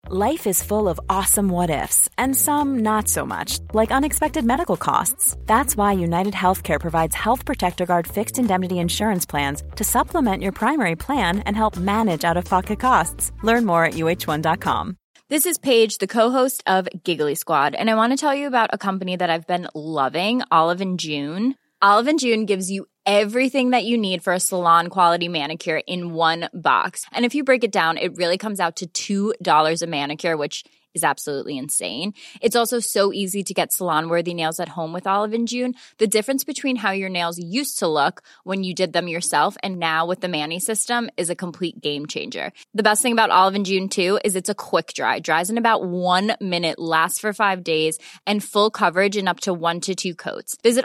Life is full of awesome what-ifs, and some not so much, like unexpected medical costs. That's why United Healthcare provides Health Protector Guard fixed indemnity insurance plans to supplement your primary plan and help manage out-of-pocket costs. Learn more at uh1.com. This is Paige, the co-host of Giggly Squad, and I want to tell you about a company that I've been loving, Olive & June. Olive & June gives you everything that you need for a salon-quality manicure in one box. And if you break it down, it really comes out to $2 a manicure, which is absolutely insane. It's also so easy to get salon-worthy nails at home with Olive & June. The difference between how your nails used to look when you did them yourself and now with the Mani system is a complete game changer. The best thing about Olive & June, too, is it's a quick dry. Dries in about 1 minute, lasts for 5 days, and full coverage in up to 1 to 2 coats. Visit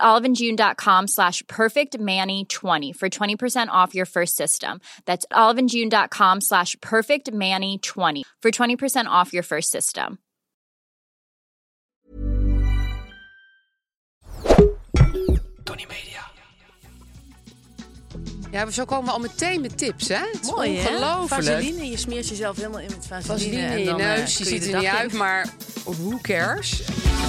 oliveandjune.com/perfectmani20 for 20% off your first system. That's oliveandjune.com/perfectmani20 for 20% off your first system. Tony Media. Ja, zo komen we al meteen met tips, hè? Het is mooi, ongelooflijk. Hè? Vaseline, je smeert jezelf helemaal in met vaseline. Vaseline in je neus, je ziet er niet uit, maar who cares?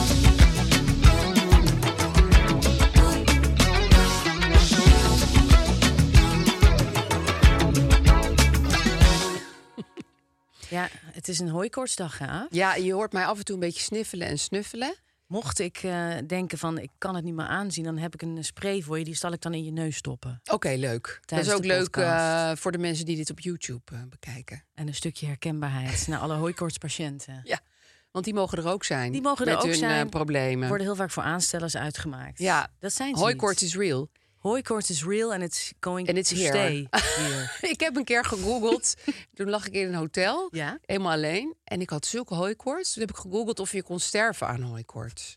Ja, het is een hooikoortsdag, hè? Ja, je hoort mij af en toe een beetje sniffelen en snuffelen. Mocht ik denken van, ik kan het niet meer aanzien, dan heb ik een spray voor je. Die zal ik dan in je neus stoppen. Oké, leuk. Dat is ook leuk voor de mensen die dit op YouTube bekijken. En een stukje herkenbaarheid naar alle hooikoortspatiënten. Ja, want die mogen er ook zijn. Die mogen met er ook hun zijn. Problemen. Worden heel vaak voor aanstellers uitgemaakt. Ja, dat zijn ze hooikoorts niet. is real. Hooikoorts is real and it's going to stay here. Ik heb een keer gegoogeld. Toen lag ik in een hotel, helemaal alleen. En ik had zulke hooikoorts. Toen heb ik gegoogeld of je kon sterven aan hooikoorts.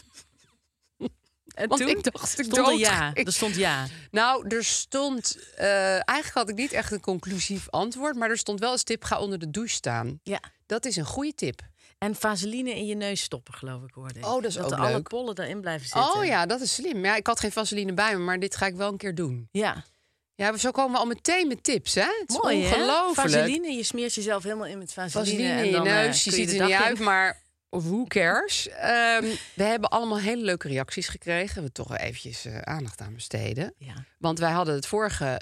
En want toen ik dacht, ik stond dood. er ja. Er stond ja. Nou, er stond... eigenlijk had ik niet echt een conclusief antwoord. Maar er stond wel als tip, ga onder de douche staan. Ja. Dat is een goede tip. En vaseline in je neus stoppen, geloof ik, hoorde ik. Oh, dat is ook leuk. Dat alle pollen daarin blijven zitten. Oh ja, dat is slim. Ja, ik had geen vaseline bij me, maar dit ga ik wel een keer doen. Ja. Ja, zo komen we al meteen met tips, hè? Het is mooi, ongelooflijk. Hè? Vaseline, je smeert jezelf helemaal in met vaseline. Vaseline en in je dan, neus, je kun ziet de er niet dag uit, in. maar who cares? We hebben allemaal hele leuke reacties gekregen. We toch wel eventjes aandacht aan besteden. Ja. Want wij hadden het vorige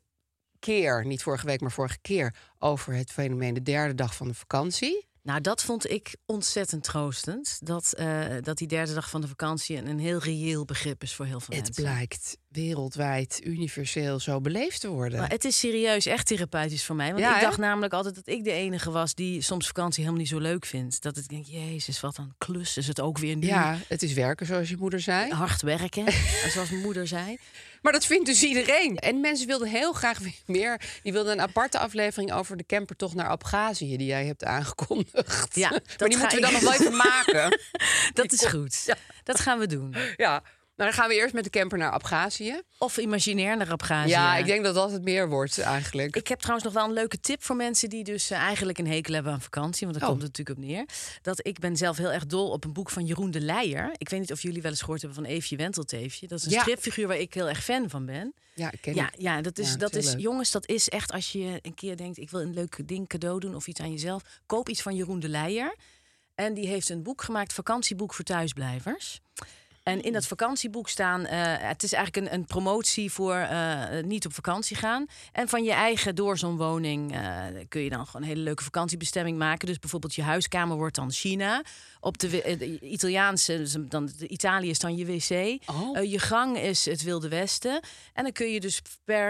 keer, niet vorige week, maar vorige keer... over het fenomeen de derde dag van de vakantie. Nou, dat vond ik ontzettend troostend. Dat die derde dag van de vakantie een heel reëel begrip is voor heel veel mensen. Het blijkt wereldwijd, universeel zo beleefd te worden. Maar het is serieus echt therapeutisch voor mij. Want Ja, ik hè? dacht namelijk altijd dat ik de enige was... die soms vakantie helemaal niet zo leuk vindt. Dat ik denk, jezus, wat een klus is het ook weer nu. Ja, het is werken, zoals je moeder zei. Hard werken, zoals mijn moeder zei. Maar dat vindt dus iedereen. En mensen wilden heel graag weer meer. Die wilden een aparte aflevering over de campertocht naar Abhazie... die jij hebt aangekondigd. Ja, maar dat die ga moeten we dan ik- nog wel even maken. Dat is goed. Ja. Dat gaan we doen. Ja, nou, dan gaan we eerst met de camper naar Abhazie. Of imaginair naar Abhazie. Ja, ik denk dat dat het meer wordt eigenlijk. Ik heb trouwens nog wel een leuke tip voor mensen die dus eigenlijk een hekel hebben aan vakantie. Want daar komt het natuurlijk op neer. Dat ik ben zelf heel erg dol op een boek van Jeroen de Leijer. Ik weet niet of jullie wel eens gehoord hebben van Eefje Wentelteefje. Dat is een stripfiguur waar ik heel erg fan van ben. Ja, ik ken Ja, dat is leuk. jongens, dat is echt als je een keer denkt... ik wil een leuk ding cadeau doen of iets aan jezelf. Koop iets van Jeroen de Leijer. En die heeft een boek gemaakt, vakantieboek voor thuisblijvers. En in dat vakantieboek staan... het is eigenlijk een promotie voor niet op vakantie gaan. En van je eigen doorzonwoning kun je dan gewoon een hele leuke vakantiebestemming maken. Dus bijvoorbeeld je huiskamer wordt dan China. Op de Italiaanse, dus dan Italië is dan je wc. Je gang is het Wilde Westen. En dan kun je dus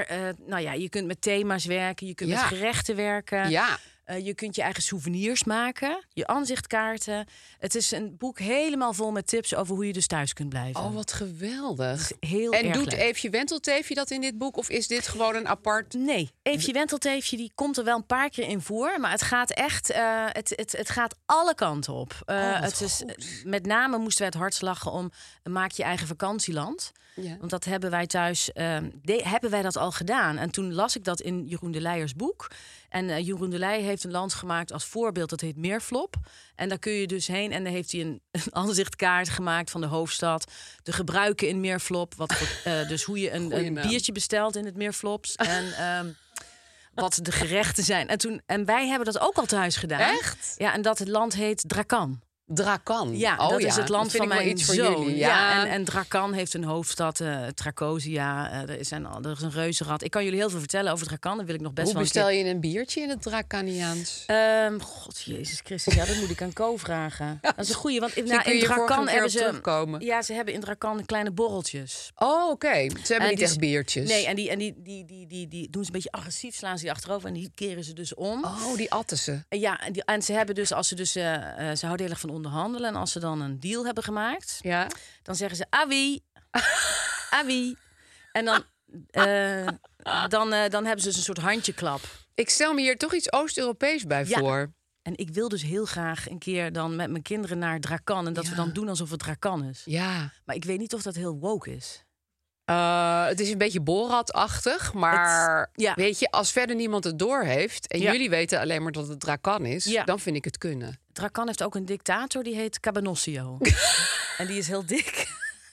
je kunt met thema's werken. Je kunt met gerechten werken. Ja. Je kunt je eigen souvenirs maken, je aanzichtkaarten. Het is een boek helemaal vol met tips over hoe je dus thuis kunt blijven. Oh, wat geweldig. Heel en erg doet leuk. Eefje Wentelteefje dat in dit boek? Of is dit gewoon een apart... Nee, Eefje Wentelteefje die komt er wel een paar keer in voor. Maar het gaat echt, het gaat alle kanten op. Met name moesten wij het hardst lachen om maak je eigen vakantieland. Ja. Want dat hebben wij thuis, hebben wij dat al gedaan. En toen las ik dat in Jeroen de Leijers boek. En Jeroen de Leijer heeft een land gemaakt als voorbeeld. Dat heet Meerflop. En daar kun je dus heen. En daar heeft hij een aanzichtkaart gemaakt van de hoofdstad. De gebruiken in Meerflop. Dus hoe je een biertje bestelt in het Meerflops. En wat de gerechten zijn. En wij hebben dat ook al thuis gedaan. Echt? Ja, en dat land heet Drakan. Drakan. Ja, dat is het land van mijn iets voor zoon. jullie. Ja. En Drakan heeft een hoofdstad, Tracosia. Er is een reuzenrad. Ik kan jullie heel veel vertellen over Drakan. Dat wil ik nog best Hoe wel bestel je een biertje in het Drakaniaans? God, Jezus Christus. Ja, dat moet ik aan Co vragen. Dat is een goeie, want in kun je Drakan hebben ze... terugkomen. Ja, ze hebben in Drakan kleine borreltjes. Oh, oké. Ze hebben niet echt biertjes. Nee, en die doen ze een beetje agressief, slaan ze die achterover en die keren ze dus om. Oh, die atten ze. Ja, en ze hebben dus, als ze dus, ze houden heel erg van onderhandelen. En als ze dan een deal hebben gemaakt, Ja. dan zeggen ze awie, awie. En dan hebben ze dus een soort handjeklap. Ik stel me hier toch iets Oost-Europees bij Ja. voor. En ik wil dus heel graag een keer dan met mijn kinderen naar Drakan. En dat we dan doen alsof het Drakan is. Ja. Maar ik weet niet of dat heel woke is. Het is een beetje Borat-achtig, maar weet je, als verder niemand het door heeft en jullie weten alleen maar dat het Drakan is, dan vind ik het kunnen. Drakan heeft ook een dictator, die heet Cabanosio. En die is heel dik.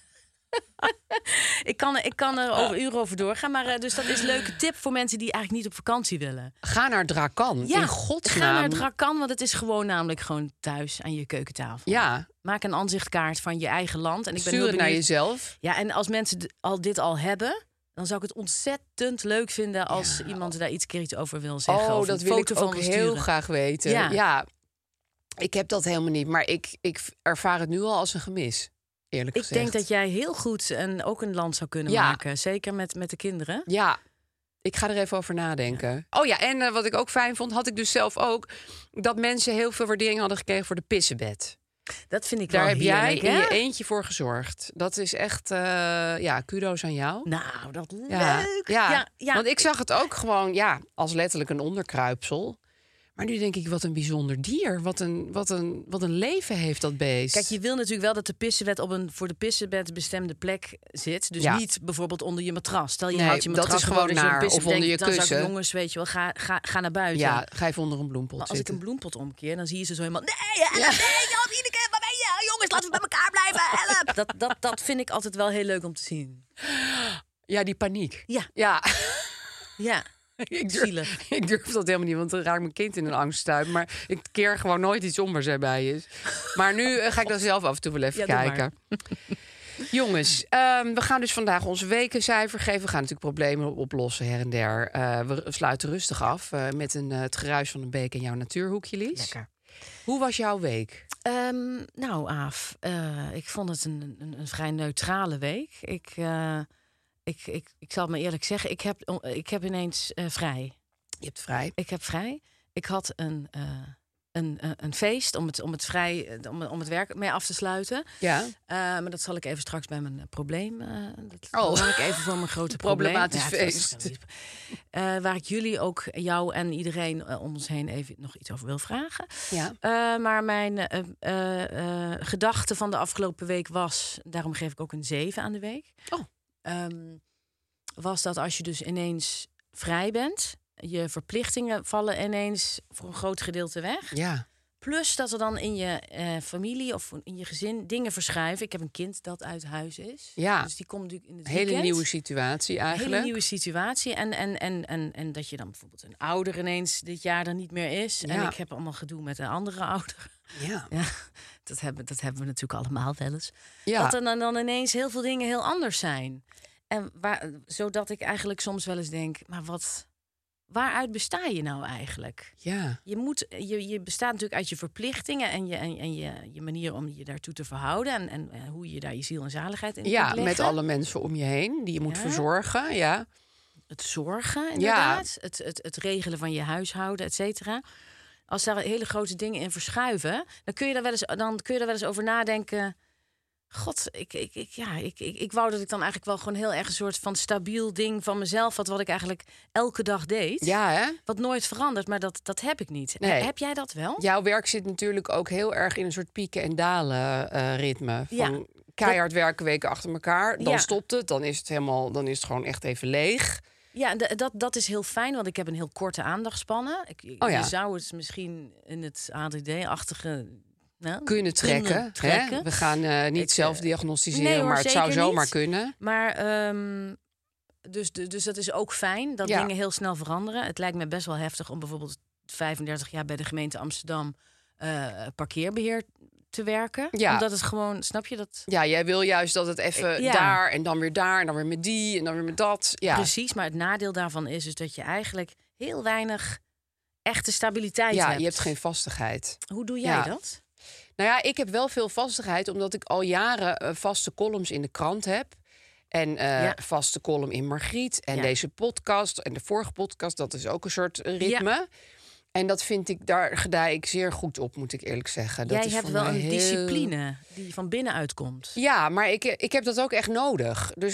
ik kan er over uren over doorgaan, maar dus dat is een leuke tip voor mensen die eigenlijk niet op vakantie willen. Ga naar Drakan, in godsnaam. Ga naar Drakan, want het is namelijk gewoon thuis aan je keukentafel. Ja. Maak een aanzichtkaart van je eigen land. En ik ben Stuur heel het naar benieuwd. jezelf. Ja, en als mensen dit al hebben, dan zou ik het ontzettend leuk vinden als iemand daar iets over wil zeggen. Oh, of dat een wil foto ik van ook wil heel sturen. graag weten. Ja. Ik heb dat helemaal niet, maar ik ervaar het nu al als een gemis, eerlijk Ik gezegd. denk dat jij heel goed ook een land zou kunnen maken. Zeker met de kinderen. Ja, ik ga er even over nadenken. Oh ja, en wat ik ook fijn vond, had ik dus zelf ook, dat mensen heel veel waardering hadden gekregen voor de pissenbed. Dat vind ik Daar wel heb jij heerlijk, in hè? je eentje voor gezorgd. Dat is echt, kudo's aan jou. Nou, dat leuk. Ja. Ja. Want ik zag het ook gewoon, als letterlijk een onderkruipsel. Maar nu denk ik, wat een bijzonder dier. Wat een leven heeft dat beest. Kijk, je wil natuurlijk wel dat de pissenbed op een voor de pissenbed bestemde plek zit. Dus niet bijvoorbeeld onder je matras. Stel je houdt je matras dat is gewoon dat je een naar. Of pissenbed onder je denkt, dan kussen. zou ik, jongens, weet je wel, ga naar buiten. Ja, ga even onder een bloempot Maar als zitten. ik een bloempot omkeer, dan zie je ze zo helemaal... Nee, help, Ineke, waar ben je? Jongens, laten we bij elkaar blijven, help! Dat vind ik altijd wel heel leuk om te zien. Ja, die paniek. Ja. Ik durf dat helemaal niet, want dan raakt mijn kind in een angststuip. Maar ik keer gewoon nooit iets om waar zij bij is. Maar nu ga ik dan zelf af en toe wel even kijken. Jongens, we gaan dus vandaag onze wekencijfer geven. We gaan natuurlijk problemen oplossen her en der. We sluiten rustig af met het geruis van een beek in jouw natuurhoekje, Lies. Lekker. Hoe was jouw week? Nou, Aaf, ik vond het een vrij neutrale week. Ik zal het maar eerlijk zeggen, ik heb ineens vrij. Je hebt vrij. Ik heb vrij. Ik had een feest om het werk mee af te sluiten. Ja. Maar dat zal ik even straks bij mijn probleem. Dat bewaar ik even voor mijn grote probleem. Problematisch feest. Waar ik jullie ook, jou en iedereen om ons heen even nog iets over wil vragen. Ja. Maar mijn gedachte van de afgelopen week was, daarom geef ik ook een 7 aan de week. Was dat als je dus ineens vrij bent, je verplichtingen vallen ineens voor een groot gedeelte weg. Ja. Plus dat er dan in je familie of in je gezin dingen verschuiven. Ik heb een kind dat uit huis is. Ja. Dus die komt natuurlijk in het Hele weekend. nieuwe situatie eigenlijk. Hele nieuwe situatie. En dat je dan bijvoorbeeld een ouder ineens dit jaar er niet meer is. Ja. En ik heb allemaal gedoe met een andere ouder. Ja. Dat hebben we natuurlijk allemaal wel eens. Ja. Dat er dan ineens heel veel dingen heel anders zijn. En zodat ik eigenlijk soms wel eens denk, maar waaruit besta je nou eigenlijk? Ja. Je bestaat natuurlijk uit je verplichtingen en je manier om je daartoe te verhouden. En hoe je daar je ziel en zaligheid in kunt leggen. Met alle mensen om je heen die je moet verzorgen. Ja. Het zorgen, inderdaad. Het regelen van je huishouden, et cetera. Als daar hele grote dingen in verschuiven, dan kun je daar wel eens over nadenken. God, ik wou dat ik dan eigenlijk wel gewoon heel erg een soort van stabiel ding van mezelf had, wat ik eigenlijk elke dag deed. Ja, hè? Wat nooit verandert, maar dat heb ik niet. Nee. Heb jij dat wel? Jouw werk zit natuurlijk ook heel erg in een soort pieken en dalen ritme. Van keihard werken weken achter elkaar. Dan stopt het. Dan is het gewoon echt even leeg. Ja, dat is heel fijn, want ik heb een heel korte aandachtspannen. Je zou het misschien in het ADD-achtige kunnen trekken. Hè? We gaan niet zelf diagnosticeren, maar het zou zomaar kunnen. Maar dus dat is ook fijn dat dingen heel snel veranderen. Het lijkt me best wel heftig om bijvoorbeeld 35 jaar bij de gemeente Amsterdam parkeerbeheer te werken. Ja. Omdat het gewoon, snap je dat? Ja, jij wil juist dat het even daar en dan weer met die en dan weer met dat. Ja. Precies, maar het nadeel daarvan is dat je eigenlijk heel weinig echte stabiliteit hebt. Ja, je hebt geen vastigheid. Hoe doe jij dat? Nou ja, ik heb wel veel vastigheid, omdat ik al jaren vaste columns in de krant heb. En vaste column in Margriet. En deze podcast en de vorige podcast, dat is ook een soort ritme. Ja. En dat vind ik, daar gedij ik zeer goed op, moet ik eerlijk zeggen. Dat Jij hebt wel een discipline die van binnenuit komt. Ja, maar ik heb dat ook echt nodig. Dus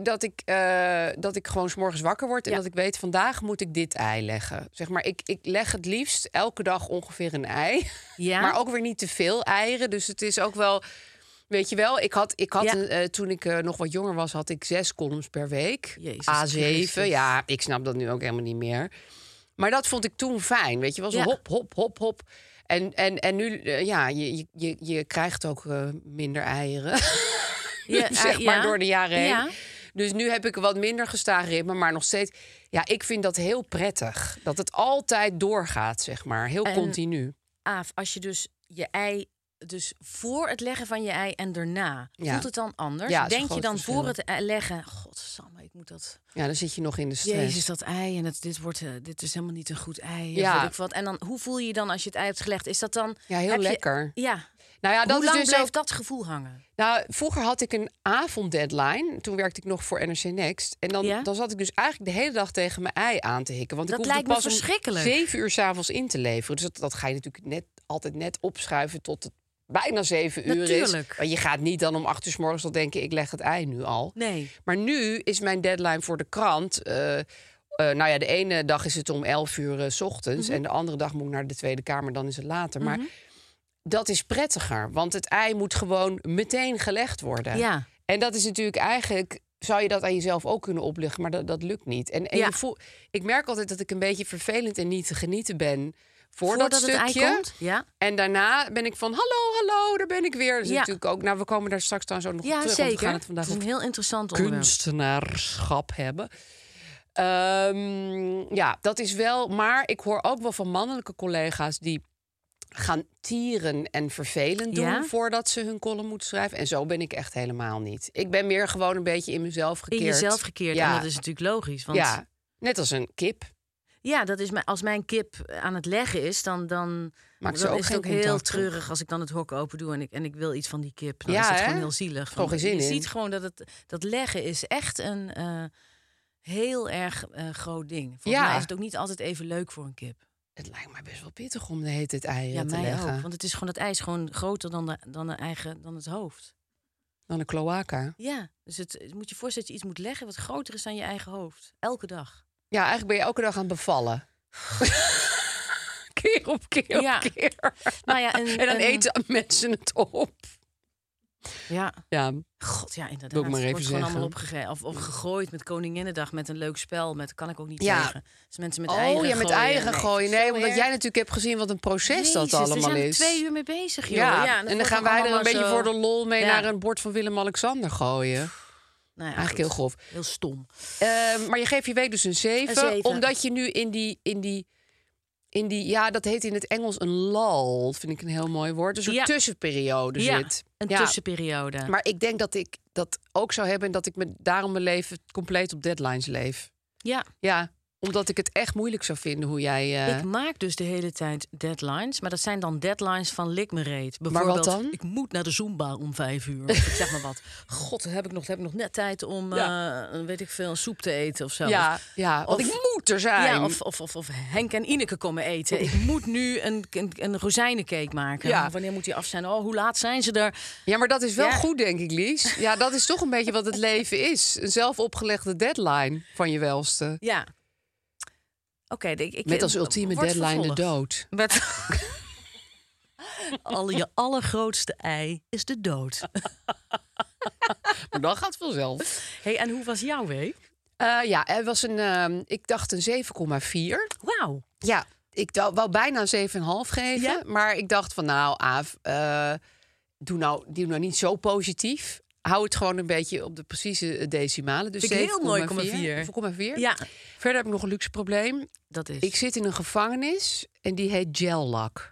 dat ik gewoon 's morgens wakker word en dat ik weet, vandaag moet ik dit ei leggen. Zeg maar, ik leg het liefst elke dag ongeveer een ei. Ja. Maar ook weer niet te veel eieren. Dus het is ook wel... Weet je wel, ik had toen ik nog wat jonger was, had ik 6 columns per week. Jezus A7. Christus. Ja, ik snap dat nu ook helemaal niet meer. Maar dat vond ik toen fijn, weet je wel, zo hop, hop, hop, hop. En nu, je krijgt ook minder eieren. Zeg maar door de jaren heen. Ja. Dus nu heb ik wat minder gestaag ritme, maar nog steeds... Ja, ik vind dat heel prettig. Dat het altijd doorgaat, zeg maar. Heel continu. Aaf, als je dus je ei... Dus voor het leggen van je ei en daarna, voelt het dan anders? Ja, denk je dan voor het leggen... Godsamme, ik moet dat... Ja, dan zit je nog in de stress. Jezus, dat ei en dit is helemaal niet een goed ei. Ja. Weet ik wat. En dan, hoe voel je je dan als je het ei hebt gelegd? Is dat dan... Ja, heel lekker. Nou ja, hoe lang blijft dat gevoel hangen? Nou, vroeger had ik een avonddeadline. Toen werkte ik nog voor NRC Next. En dan zat ik dus eigenlijk de hele dag tegen mijn ei aan te hikken. Want dat ik hoefde lijkt me pas verschrikkelijk. om 7 uur 's avonds in te leveren. Dus dat ga je natuurlijk altijd net opschuiven tot het bijna 7 uur is. Maar je gaat niet dan om 8 uur 's morgens al denken, ik leg het ei nu al. Nee. Maar nu is mijn deadline voor de krant... nou ja, de ene dag is het om 11 uur 's ochtends. En de andere dag moet ik naar de Tweede Kamer, dan is het later. Maar dat is prettiger, want het ei moet gewoon meteen gelegd worden. Ja. En dat is natuurlijk eigenlijk... Zou je dat aan jezelf ook kunnen opleggen, maar dat lukt niet. En ik merk altijd dat ik een beetje vervelend en niet te genieten ben... Voordat dat stukje. Het ei komt. Ja. En daarna ben ik van, hallo, daar ben ik weer. Dus natuurlijk ook, we komen daar straks dan zo nog op terug. Zeker. Want we gaan het vandaag is een heel interessant onderwerp. Kunstenaarschap hebben. Dat is wel... Maar ik hoor ook wel van mannelijke collega's die gaan tieren en vervelend doen voordat ze hun column moeten schrijven. En zo ben ik echt helemaal niet. Ik ben meer gewoon een beetje in mezelf gekeerd. In jezelf gekeerd. En dat is natuurlijk logisch. Want... Ja, net als een kip. Ja, dat is als mijn kip aan het leggen is, dan is het ook heel treurig als ik dan het hok open doe en ik wil iets van die kip. Dan is het gewoon heel zielig. Je ziet gewoon dat leggen is echt een heel erg groot ding. Volgens mij is het ook niet altijd even leuk voor een kip. Het lijkt mij best wel pittig om de hele tijd eieren te leggen. Ook, want het is gewoon, het ei is gewoon groter dan het hoofd. Dan een cloaca. Ja, dus het moet je voorstellen dat je iets moet leggen wat groter is dan je eigen hoofd. Elke dag. Ja, eigenlijk ben je elke dag aan het bevallen. keer op keer op keer. Nou ja, en dan eten mensen het op. Ja. God, ja, inderdaad. Wil ik maar even wordt gewoon allemaal opgegeten. Of gegooid met Koninginnedag, met een leuk spel. Kan ik ook niet tegen. Dus mensen met eieren gooien. Met eieren gooien. Nee, omdat jij natuurlijk hebt gezien wat een proces dat allemaal is. We zijn er 2 uur mee bezig, joh. Ja, en dan gaan wij er een beetje voor de lol mee naar een bord van Willem-Alexander gooien. Nou ja, eigenlijk heel grof. Heel stom. Maar je geeft je week dus een 7. Omdat je nu in die, ja, dat heet in het Engels een lull, vind ik een heel mooi woord. Een soort tussenperiode zit. Een tussenperiode. Maar ik denk dat ik dat ook zou hebben en dat ik daarom mijn leven compleet op deadlines leef. Ja, omdat ik het echt moeilijk zou vinden hoe jij... Ik maak dus de hele tijd deadlines. Maar dat zijn dan deadlines van lik me reet. Bijvoorbeeld, maar wat dan? Ik moet naar de Zumba om 5 uur. Of ik zeg maar wat. God, heb ik nog net tijd om weet ik veel, een soep te eten of zo. Ja, want ik moet er zijn. Ja, of Henk en Ineke komen eten. Ik moet nu een rozijnencake maken. Ja. Wanneer moet die af zijn? Oh, hoe laat zijn ze er? Ja, maar dat is wel goed, denk ik, Lies. Ja, dat is toch een beetje wat het leven is. Een zelf opgelegde deadline van je welste. Ja. Met als ultieme deadline de dood. Je allergrootste ei is de dood. Maar dan gaat het vanzelf. Hey, en hoe was jouw week? Er was ik dacht een 7,4. Wauw. Ja, ik wou bijna een 7,5 geven. Ja? Maar ik dacht van Aaf, doe nou niet zo positief. hou het gewoon een beetje op de precieze decimalen. Dus Vind ik heel mooi, 7,4. Ja. Verder heb ik nog een luxe probleem. Dat is. Ik zit in een gevangenis en die heet gel-lak.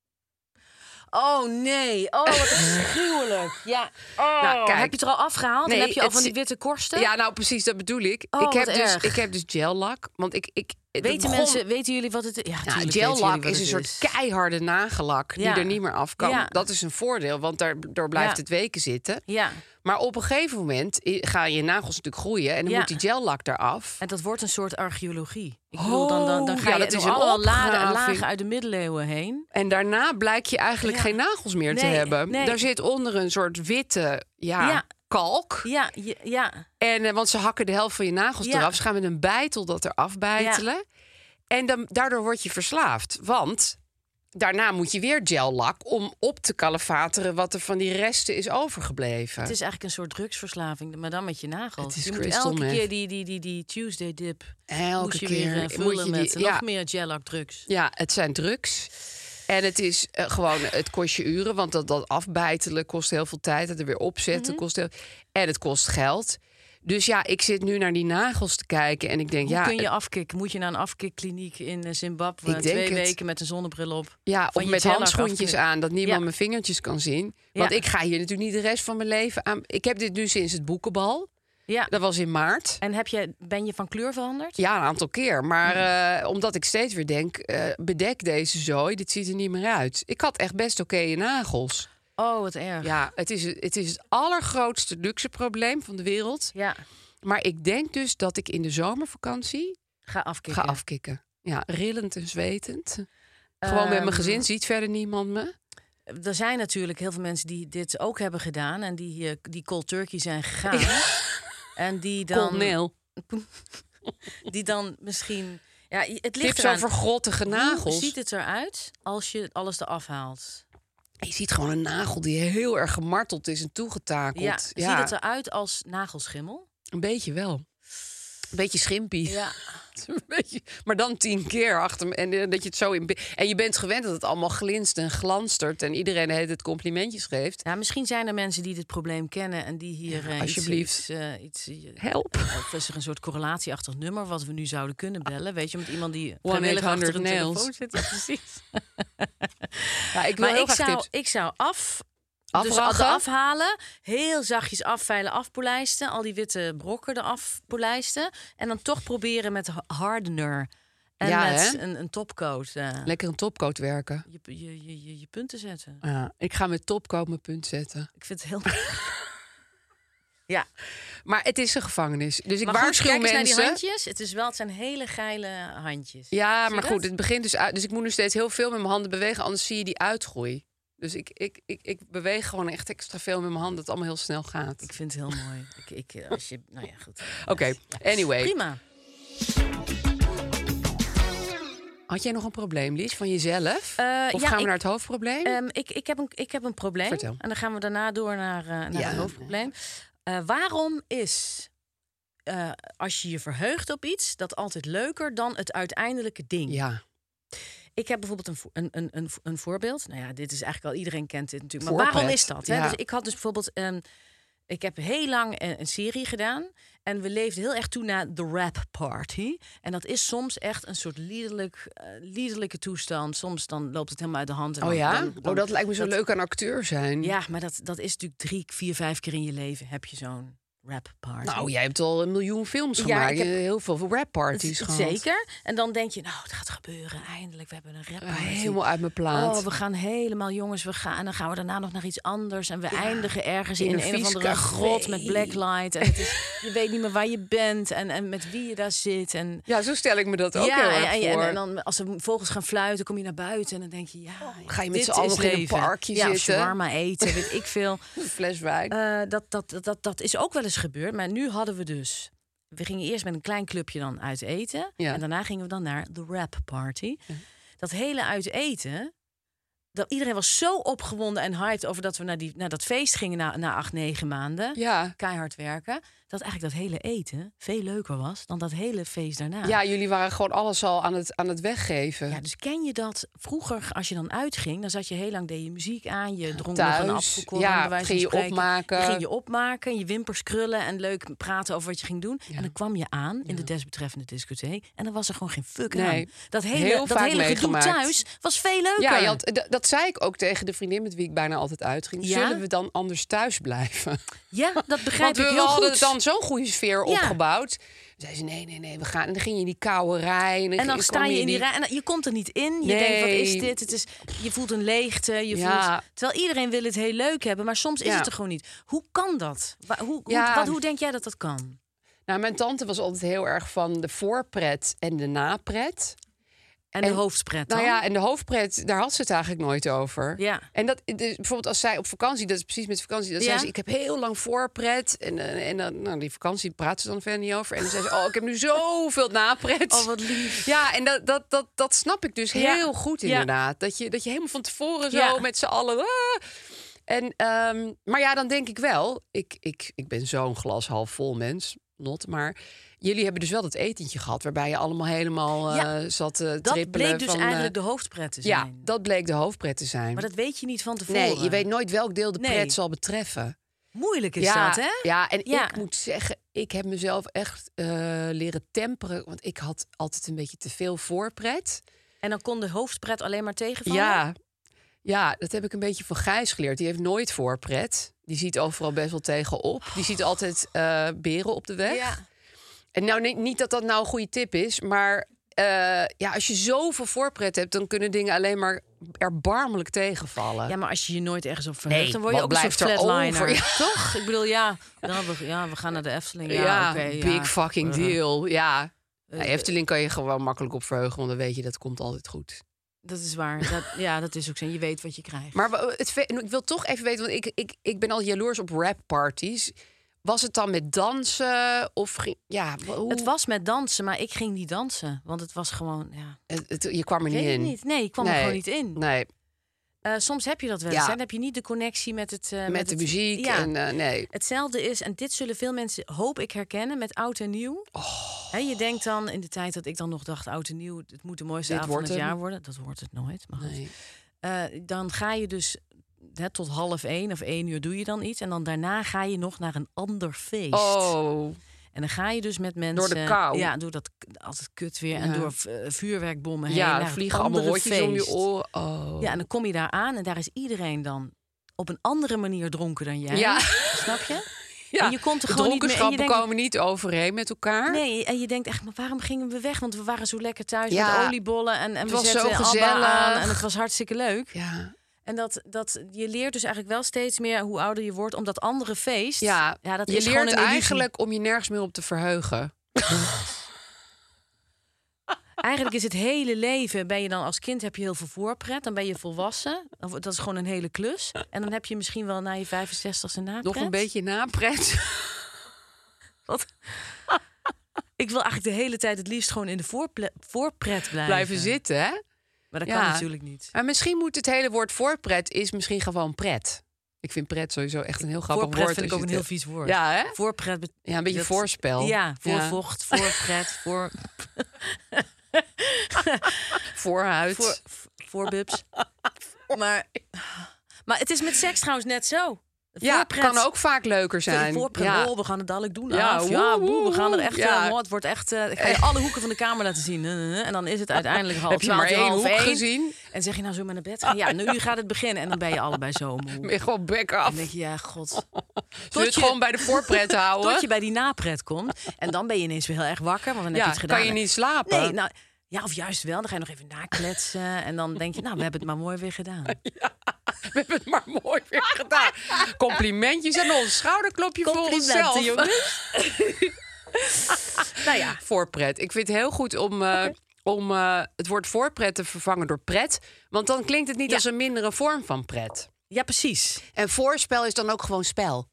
Oh nee, wat afschuwelijk. Ja. Nou, kijk. Heb je het er al afgehaald? Nee, en heb je al het van die witte korsten? Ja, nou precies, dat bedoel ik. Oh, Ik heb dus gel-lak. Want Weten jullie wat het is? Ja, nou, gel-lak is een soort keiharde nagellak die er niet meer af kan. Ja. Dat is een voordeel, want daardoor blijft het weken zitten. Ja. Maar op een gegeven moment gaan je nagels natuurlijk groeien en dan moet die gel-lak eraf. En dat wordt een soort archeologie. Ik bedoel, dan ga je dat is door een allemaal opgraving. lagen uit de middeleeuwen heen. En daarna blijkt je eigenlijk geen nagels meer te hebben. Nee. Daar zit onder een soort witte kalk. Ja. En, want ze hakken de helft van je nagels eraf. Ze gaan met een bijtel dat eraf bijtelen. Ja. En daardoor word je verslaafd. Want daarna moet je weer gel-lak om op te kalefateren wat er van die resten is overgebleven. Het is eigenlijk een soort drugsverslaving, maar dan met je nagels. Het is je moet elke keer die Tuesday dip elke keer weer vullen met nog meer gel-lak drugs. Ja, het zijn drugs. En het is het kost je uren, want dat afbijtelen kost heel veel tijd. Het er weer opzetten kost en het kost geld. Dus ja, ik zit nu naar die nagels te kijken en ik denk, Hoe kun je afkicken? Moet je naar een afkikkliniek in Zimbabwe 2 weken met een zonnebril op? Ja, of met handschoentjes aan, dat niemand mijn vingertjes kan zien. Want ik ga hier natuurlijk niet de rest van mijn leven aan. Ik heb dit nu sinds het boekenbal. Ja. Dat was in maart. En ben je van kleur veranderd? Ja, een aantal keer. Maar omdat ik steeds weer denk, bedek deze zooi, dit ziet er niet meer uit. Ik had echt best oké nagels. Oh, wat erg. Ja, het is het allergrootste luxe probleem van de wereld. Ja. Maar ik denk dus dat ik in de zomervakantie ga afkicken. Ja, rillend en zwetend. Gewoon met mijn gezin, ziet verder niemand me. Er zijn natuurlijk heel veel mensen die dit ook hebben gedaan en die cold turkey zijn gegaan. Ja. En die dan... Colneel. Die dan misschien... Ja, het ligt eraan. Zo vergrottige nagels. Hoe ziet het eruit als je alles eraf haalt? Je ziet gewoon een nagel die heel erg gemarteld is en toegetakeld. Ja. Ziet het eruit als nagelschimmel? Een beetje wel. Een beetje schimpie. Ja. Een beetje, maar dan 10 keer achter me. En dat je het zo en je bent gewend dat het allemaal glinst en glanstert. En iedereen het complimentjes geeft. Ja, misschien zijn er mensen die dit probleem kennen en die hier alsjeblieft iets help. Of is er een soort correlatieachtig nummer wat we nu zouden kunnen bellen? Weet je, met iemand die 1-800 achter een nails. telefoon zit. Ja, precies. Ja, ik zou afrachen. Afhalen, heel zachtjes afveilen, afpolijsten, al die witte brokken eraf polijsten en dan toch proberen met hardener en met een topcoat. Lekker een topcoat werken. Je punten zetten. Ja, ik ga met topcoat mijn punt zetten. Ik vind het heel. Ja, maar het is een gevangenis. Dus ik maar waarschuw goed, mensen. Naar die handjes. Het zijn hele geile handjes. Ja, maar goed, het begint dus uit. Dus ik moet nu steeds heel veel met mijn handen bewegen, anders zie je die uitgroei. Dus ik beweeg gewoon echt extra veel met mijn handen, dat het allemaal heel snel gaat. Ik vind het heel mooi. Als je, nou ja, goed. Oké, anyway. Prima. Had jij nog een probleem, Lies, van jezelf? Of gaan we naar het hoofdprobleem? Ik heb een probleem. Vertel. En dan gaan we daarna door naar het hoofdprobleem. Waarom is, als je je verheugt op iets, dat altijd leuker dan het uiteindelijke ding? Ja. Ik heb bijvoorbeeld een voorbeeld. Nou ja, dit is eigenlijk al, iedereen kent dit natuurlijk. Maar waarom is dat? Hè? Ja. Dus ik had dus bijvoorbeeld... ik heb heel lang een serie gedaan. En we leefden heel erg toe naar The Rap Party. En dat is soms echt een soort liederlijke toestand. Soms dan loopt het helemaal uit de hand. En dat lijkt me zo leuk aan acteur zijn. Ja, maar dat is natuurlijk 3, 4, 5 keer in je leven heb je zo'n rap party. Nou, jij hebt al 1 miljoen films gemaakt. Ik heb heel veel rap parties gehad. Zeker. En dan denk je, nou, het gaat gebeuren. Eindelijk, we hebben een rap party. Helemaal uit mijn plaat. Oh, we gaan helemaal, jongens, en dan gaan we daarna nog naar iets anders. En we eindigen ergens in een of andere grot met blacklight. En je weet niet meer waar je bent en met wie je daar zit. En, ja, zo stel ik me dat ook heel erg voor. En dan, als de vogels gaan fluiten, kom je naar buiten. En dan denk je, ga je met z'n allen nog in een parkje zitten? Ja, shawarma eten, weet ik veel. Een fles wijn. Dat is ook wel eens gebeurd. Maar nu hadden we dus... We gingen eerst met een klein clubje dan uit eten. Ja. En daarna gingen we dan naar de rap party. Ja. Dat hele uit eten... iedereen was zo opgewonden en hyped over dat we naar dat feest gingen na 8-9 maanden. Ja. Keihard werken. Dat eigenlijk dat hele eten veel leuker was dan dat hele feest daarna. Ja, jullie waren gewoon alles al aan het weggeven. Ja, dus ken je dat vroeger, als je dan uitging, dan zat je heel lang, deed je muziek aan, je dronk thuis, nog een apfelkorn, ja, bij wijze van ging je spreken. opmaken. Je ging je opmaken, je wimpers krullen en leuk praten over wat je ging doen. Ja. En dan kwam je aan in de desbetreffende discotheek en dan was er gewoon geen fuck Nee. aan. Dat Heel hele vaak gedoe meegemaakt. thuis was veel leuker. Ja, dat zei ik ook tegen de vriendin met wie ik bijna altijd uitging. Ja? Zullen we dan anders thuis blijven? Ja, dat begrijp Want ik we heel hadden goed. dan zo'n goede sfeer Ja. opgebouwd. Toen zei ze, nee, we gaan. En dan ging je in die koude rij. En dan sta je in die rij en je komt er niet in. Je denkt, wat is dit? Je voelt een leegte. Terwijl iedereen wil het heel leuk hebben, maar soms is het er gewoon niet. Hoe kan dat? Hoe denk jij dat kan? Nou, mijn tante was altijd heel erg van de voorpret en de napret. En de hoofdpret dan? Nou ja, en de hoofdpret, daar had ze het eigenlijk nooit over. Ja. En dat, dus bijvoorbeeld als zij op vakantie, dat is precies met vakantie, dan zei ze, ik heb heel lang voorpret. En dan, nou, die vakantie praat ze dan verder niet over. En dan zei ze, ik heb nu zoveel napret. Oh, wat lief. Ja, en dat snap ik dus heel goed inderdaad. Dat je helemaal van tevoren zo met z'n allen... maar ja, dan denk ik wel, ik ben zo'n glas half vol mens, maar jullie hebben dus wel dat etentje gehad waarbij je allemaal helemaal zat te trippelen. Dat bleek dus van, eigenlijk de hoofdpret te zijn. Ja, dat bleek de hoofdpret te zijn. Maar dat weet je niet van tevoren. Nee, je weet nooit welk deel de pret zal betreffen. Moeilijk is dat, hè? Ja, en ik moet zeggen, ik heb mezelf echt leren temperen. Want ik had altijd een beetje te veel voorpret. En dan kon de hoofdpret alleen maar tegenvallen? Ja, dat heb ik een beetje van Gijs geleerd. Die heeft nooit voorpret. Die ziet overal best wel tegenop. Die ziet altijd beren op de weg. Ja. En nou, niet dat dat nou een goede tip is, maar als je zoveel voorpret hebt, dan kunnen dingen alleen maar erbarmelijk tegenvallen. Ja, maar als je je nooit ergens op verheugt, dan word je ook een soort flatliner. Ja. Toch? Ik bedoel, we gaan naar de Efteling. Big fucking deal. Ja. Efteling kan je gewoon makkelijk op verheugen, want dan weet je, dat komt altijd goed. Dat is waar. Dat is ook zo. Je weet wat je krijgt. Maar ik wil toch even weten, want ik ben al jaloers op rapparties. Was het dan met dansen? Het was met dansen, maar ik ging niet dansen. Want het was gewoon... Ja. Je kwam er niet in? Niet. Nee, ik kwam er gewoon niet in. Nee. Soms heb je dat wel eens. Dan heb je niet de connectie met het... met de muziek. Ja. Nee. Hetzelfde is, en dit zullen veel mensen, hoop ik, herkennen, met oud en nieuw. Je denkt dan, in de tijd dat ik dan nog dacht, oud en nieuw, het moet de mooiste avond van het jaar worden. Dat wordt het nooit. Maar goed. Dan ga je dus... tot 12:30 of 1 uur doe je dan iets. En dan daarna ga je nog naar een ander feest. Oh. En dan ga je dus met mensen... Door de kou. Ja, door dat altijd kut weer. En door vuurwerkbommen heen. Ja, naar vliegen allemaal rotjes om je oren. Oh. Ja, en dan kom je daar aan. En daar is iedereen dan op een andere manier dronken dan jij. Ja. Snap je? Ja, en je komt er de gewoon niet meer. dronkenschappen komen niet overeen met elkaar. Nee, en je denkt echt, maar waarom gingen we weg? Want we waren zo lekker thuis met oliebollen. En we zetten zo gezellig aan. En het was hartstikke leuk. Ja. En dat je leert dus eigenlijk wel steeds meer hoe ouder je wordt, om dat andere feest. Ja, dat je is leert gewoon een eigenlijk om je nergens meer op te verheugen. Eigenlijk is het hele leven, ben je dan als kind, heb je heel veel voorpret. Dan ben je volwassen. Dat is gewoon een hele klus. En dan heb je misschien wel na je 65ste napret. Nog een beetje napret. Wat? Ik wil eigenlijk de hele tijd het liefst gewoon in de voorpret blijven zitten, hè? Maar dat kan natuurlijk niet. Maar misschien moet het hele woord voorpret is misschien gewoon pret. Ik vind pret sowieso echt een heel grappig woord. Voorpret vind ik ook een heel vies woord. Ja, hè? Voorpret. Ja, een beetje voorspel. Ja, voorvocht, voorpret, voorhuid. Voorbubs. Maar het is met seks trouwens net zo. Voorpret kan ook vaak leuker zijn. Voorpret, we gaan het dadelijk doen. Ja, we gaan er echt... het wordt echt... ik ga je alle hoeken van de kamer laten zien. En dan is het uiteindelijk 12:30. Heb je maar één hoek gezien? En zeg je nou zo maar naar bed gaan? Ja, nu gaat het beginnen. En dan ben je allebei zo moe. Ben je gewoon bek af. En denk je, ja, god. Tot je het gewoon bij de voorpret houden. Tot je bij die napret komt. En dan ben je ineens weer heel erg wakker. Want dan heb je het gedaan. Kan je niet slapen? Nee, nou... Ja, of juist wel. Dan ga je nog even nakletsen. En dan denk je, nou, we hebben het maar mooi weer gedaan. Ja, we hebben het maar mooi weer gedaan. Complimentjes en ons schouderklopje voor onszelf. Jongens. Nou ja. Voorpret. Ik vind het heel goed om het woord voorpret te vervangen door pret. Want dan klinkt het niet als een mindere vorm van pret. Ja, precies. En voorspel is dan ook gewoon spel.